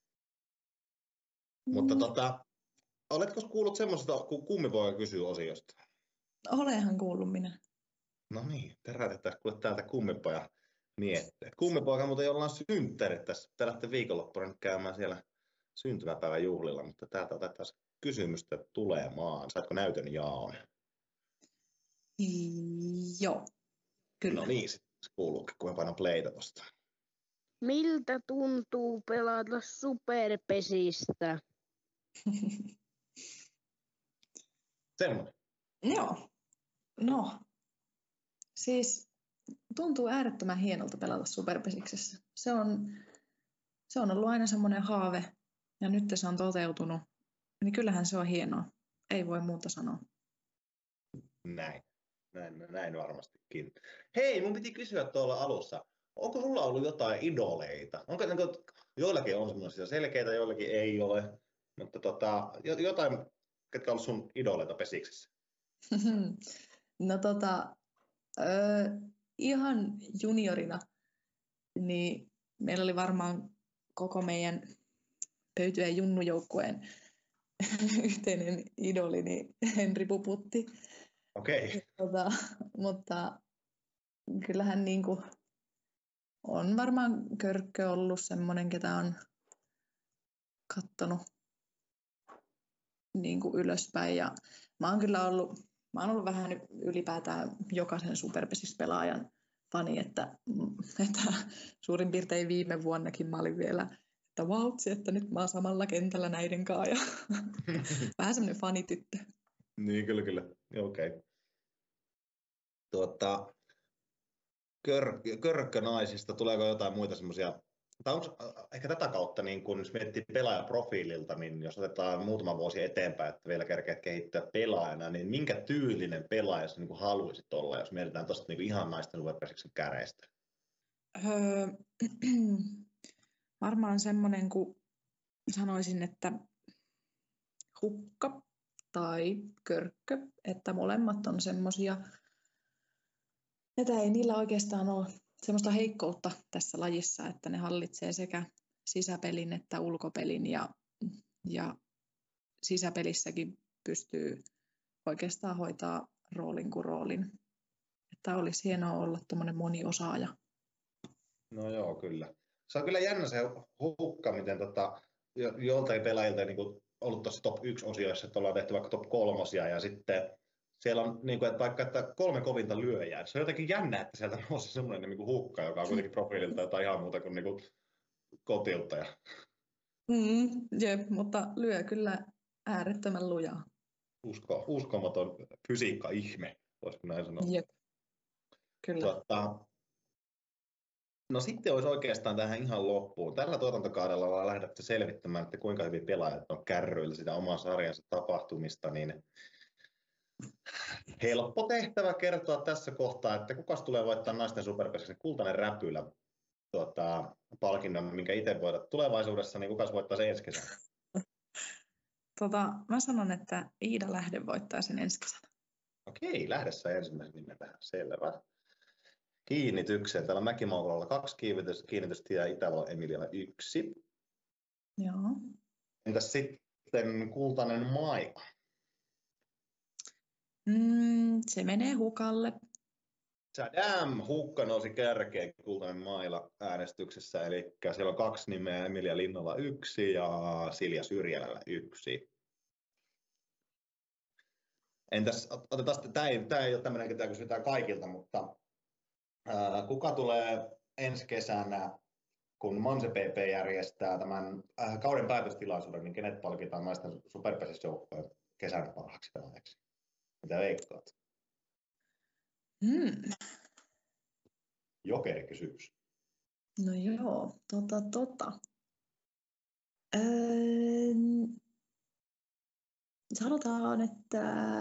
B: Mutta oletko kuullut semmoisesta, kun kummipoika kysyy osiosta?
D: Olenhan kuullut minä.
B: No niin, terätetään kuule täältä kummipoja miettiä. Kummipoika muuten jollain synttärit tässä. Te lähtee viikonloppuna nyt käymään siellä syntymäpäivän juhlilla, mutta täältä otetaan kysymystä tulemaan. Saatko näytön jaon?
D: Joo, kyllä.
B: No niin, sitten kuuluukin, kun mä painan playtä tosta.
E: Miltä tuntuu pelata superpesistä?
B: Semmoinen.
D: Joo. No, siis tuntuu äärettömän hienolta pelata superpesiksessä. Se se on ollut aina semmoinen haave ja nyt se on toteutunut. Niin kyllähän se on hienoa. Ei voi muuta sanoa.
B: Näin varmastikin. Hei, mun piti kysyä tuolla alussa. Onko sulla ollut jotain idoleita? Onko joillakin on semmoisia selkeitä, joillakin ei ole. Mutta jotain, ketkä on sun idoleita pesiksessä?
D: No ihan juniorina, niin meillä oli varmaan koko meidän Pöytyjen junnujoukkueen yhteinen idoli, niin Henri Puputti.
B: Okei.
D: Mutta kyllähän niinku on varmaan Körkkö ollut semmoinen, ketä on kattonut niinku ylöspäin. Ja mä oon ollut vähän ylipäätään jokaisen superpesis-pelaajan fani, että suurin piirtein viime vuonnakin mä olin vielä, että vautsi, että nyt mä oon samalla kentällä näiden kanssa. Ja vähän semmoinen fanityttö.
B: Niin, kyllä. Okei. Körkkönaisista, tuleeko jotain muita semmoisia, tai onko ehkä tätä kautta, niin kun jos miettii pelaajaprofiililta, niin jos otetaan muutama vuosi eteenpäin, että vielä kerkeät kehittyä pelaajana, niin minkä tyylinen pelaaja sä niin haluaisit olla, jos mietitään tuosta niin ihan naisten superpesiksen käreistä?
D: Varmaan semmoinen, kun sanoisin, että Hukka tai Körkkö, että molemmat on semmoisia, että ei niillä oikeastaan ole semmoista heikkoutta tässä lajissa, että ne hallitsee sekä sisäpelin että ulkopelin ja sisäpelissäkin pystyy oikeastaan hoitaa roolin kuin roolin. Että olisi hienoa olla tuommoinen moniosaaja.
B: No joo, kyllä. Se on kyllä jännä se Hukka, miten joltain pelaajilta niin kuin ollut tuossa top 1-osioissa, että ollaan tehty vaikka top 3 ja sitten siellä on niin kuin, että vaikka että 3 kovinta lyöjää. Se on jotenkin jännä, että sieltä nousi semmoinen niin kuin Hukka, joka on kuitenkin profiililta jotain ihan muuta kuin, kotiuttaja.
D: Jep, mutta lyö kyllä äärettömän lujaa.
B: Uskomaton fysiikka-ihme, voisiko näin sanoa.
D: Jep, kyllä.
B: No sitten olisi oikeastaan tähän ihan loppuun. Tällä tuotantokaudella ollaan lähdetty selvittämään, että kuinka hyvin pelaajat on kärryillä sitä oman sarjansa tapahtumista, niin helppo tehtävä kertoa tässä kohtaa, että kukas tulee voittaa naisten superpesiksen kultainen räpylä palkinnon, minkä itse voitat tulevaisuudessa, niin kukas voittaa sen ensi kesänä?
D: Mä sanon, että Iida Lähde voittaa sen ensi kesänä.
B: Okei, Lähdessä ensimmäisen nimen tähän, selvä. Kiinnitykseen. Täällä Mäkimaukolalla 2 kiinnitystä ja Itävalo Emilialla 1.
D: Joo.
B: Entäs sitten kultainen maila?
D: Se menee Hukalle.
B: Sadam! Hukka nousi kärkeen kultainen maila äänestyksessä, eli siellä on 2 nimeä, Emilia Linnalla 1 ja Silja Syrjälällä 1. Entäs, otetaan, tämä ei ole tämmöinen, ketä kysytään kaikilta, mutta kuka tulee ensi kesänä, kun Manse PP järjestää tämän kauden päätöstilaisuuden, niin kenet palkitaan naisten superpesisjoukkojen kesän parhaaksi pelaajaksi? Mitä veikkaat? Jokerikysymys.
D: No joo, sanotaan, että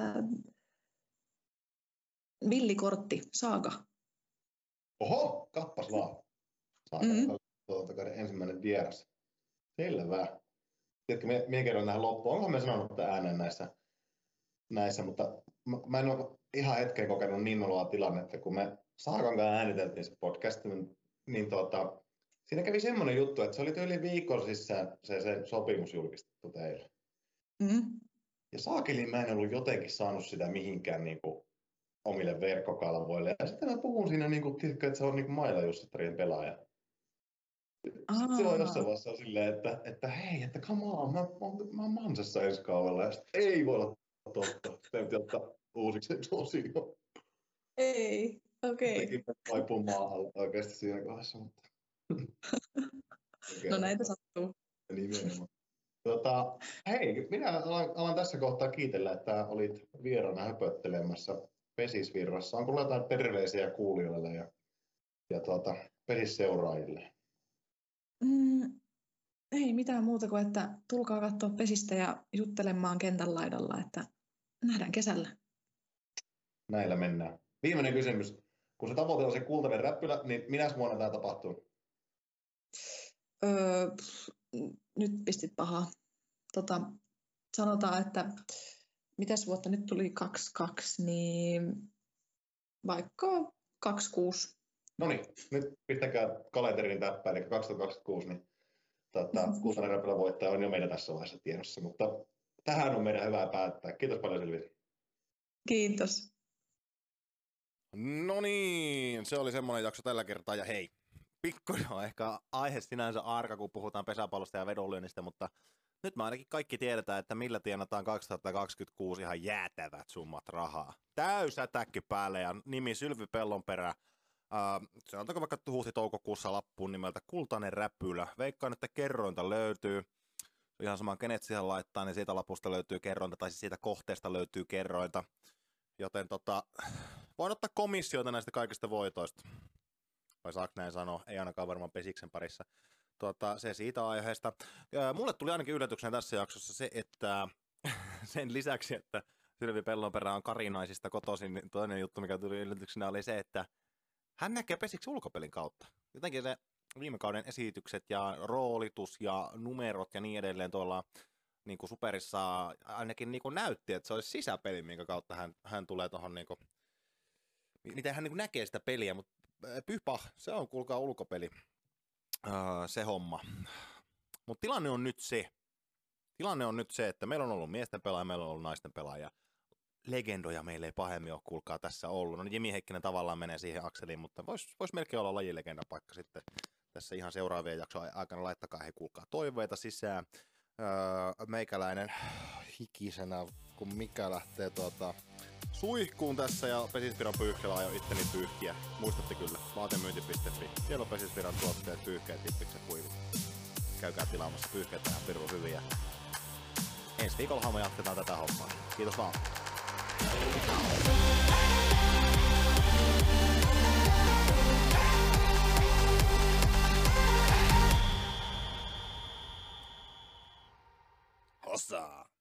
D: villikortti, Saaga.
B: Oho, kappas vaan. Saaga tuotantokauden ensimmäinen vieras. Selvä. Tiedätkö, minä kerron tähän loppuun. Onko me sanonut tätä ääneen näissä, mutta mä en ole ihan hetken kokenut niin noloa tilannetta, kun me Saakan kanssa ääniteltiin se podcast, niin siinä kävi semmoinen juttu, että se oli yli viikon sisään se sopimus julkistettu teille. Ja saakeliin mä en ollut jotenkin saanut sitä mihinkään niin kuin omille verkkokalvoille. Ja sitten mä puhun siinä, niin kuin, että se on niin kuin Maila Jussittarien pelaaja. Sitten se on jossain vaiheessa silleen, että hei, että come on, mä oon Mansassa ensi kaudella. Ja sitten ei voi olla totta. Täytyy ottaa uusiksi osio.
D: Ei, okei.
B: Sekin vaipuu maahan oikeasti siinä kohdassa. Mutta...
D: No näitä sattuu.
B: Nimenomaan. Hei, minä alan tässä kohtaa kiitellä, että olit vieraana höpöttelemässä Pesisvirrassa. Onko jotain terveisiä kuulijoille ja Pesisseuraajille?
D: Ei mitään muuta kuin, että tulkaa katsoa pesistä ja juttelemaan kentän laidalla, että nähdään kesällä.
B: Näillä mennään. Viimeinen kysymys. Kun se tavoite on se kultainen räppylä, niin minä vuonna tämä tapahtuu?
D: Nyt pistit pahaa. Sanotaan, että mitäs vuotta nyt tuli 22, niin vaikka 26.
B: No niin, nyt pistäkää kalenterin täppään, eli 2026, niin kultainen räppylä voittaja on jo meidän tässä vaiheessa tiedossa, mutta tähän on meidän hyvä päättää. Kiitos paljon Silvi.
D: Kiitos.
A: No niin, se oli semmoinen jakso tällä kertaa, ja hei, pikkuinen on ehkä aihe sinänsä arka, kun puhutaan pesäpallosta ja vedonlyönnistä, mutta nyt me ainakin kaikki tiedetään, että millä tienataan 2026 ihan jäätävät summat rahaa. Täysätäkki päälle ja nimi Sylvi Pellonperä. Sanotaanko vaikka huhti-toukokuussa lappuun nimeltä Kultainen räpylä. Veikkaan, että kerrointa löytyy. Ihan sama kenet siihen laittaa, niin siitä lapusta löytyy kerrointa, tai siis siitä kohteesta löytyy kerrointa. Joten voin ottaa komissioita näistä kaikista voitoista. Vai saako näin sanoa? Ei ainakaan varmaan Pesiksen parissa. Se siitä aiheesta. Mulle tuli ainakin yllätyksenä tässä jaksossa se, että sen lisäksi, että Sylvi Pellonperä on Karinaisista kotoisin, niin toinen juttu, mikä tuli yllätyksenä, oli se, että hän näkee Pesiksen ulkopelin kautta. Jotenkin se viime kauden esitykset ja roolitus ja numerot ja niin edelleen tuolla niin kuin Superissa ainakin niin kuin näytti, että se olisi sisäpeli, minkä kautta hän tulee tuohon, niin kuin, miten hän niin kuin näkee sitä peliä, mutta pyhpah, se on kuulkaa ulkopeli. Se homma. Mutta tilanne on nyt se, että meillä on ollut miesten pelaaja, meillä on ollut naisten pelaaja. Legendoja meillä ei pahemmin ole, kuulkaa, tässä ollut. No Jimi Heikkinen tavallaan menee siihen akseliin, mutta vois melkein olla lajilegendan paikka sitten tässä ihan seuraavien jaksojen aikana. Laittakaa he, kuulkaa, toiveita sisään. Meikäläinen hikisenä, kun mikä lähtee suihkuun tässä ja Pesisviran pyyhkeellä ajo itteni pyyhkiä. Muistatte kyllä, vaatemyynti.fi. Siellä on Pesisviran tuotteet, pyyhkeet, tippikset, huivit. Käykää tilaamassa pyyhkeet tähän pirun hyviä. Ensi viikolla me jatketaan tätä hommaa. Kiitos vaan. Hossa!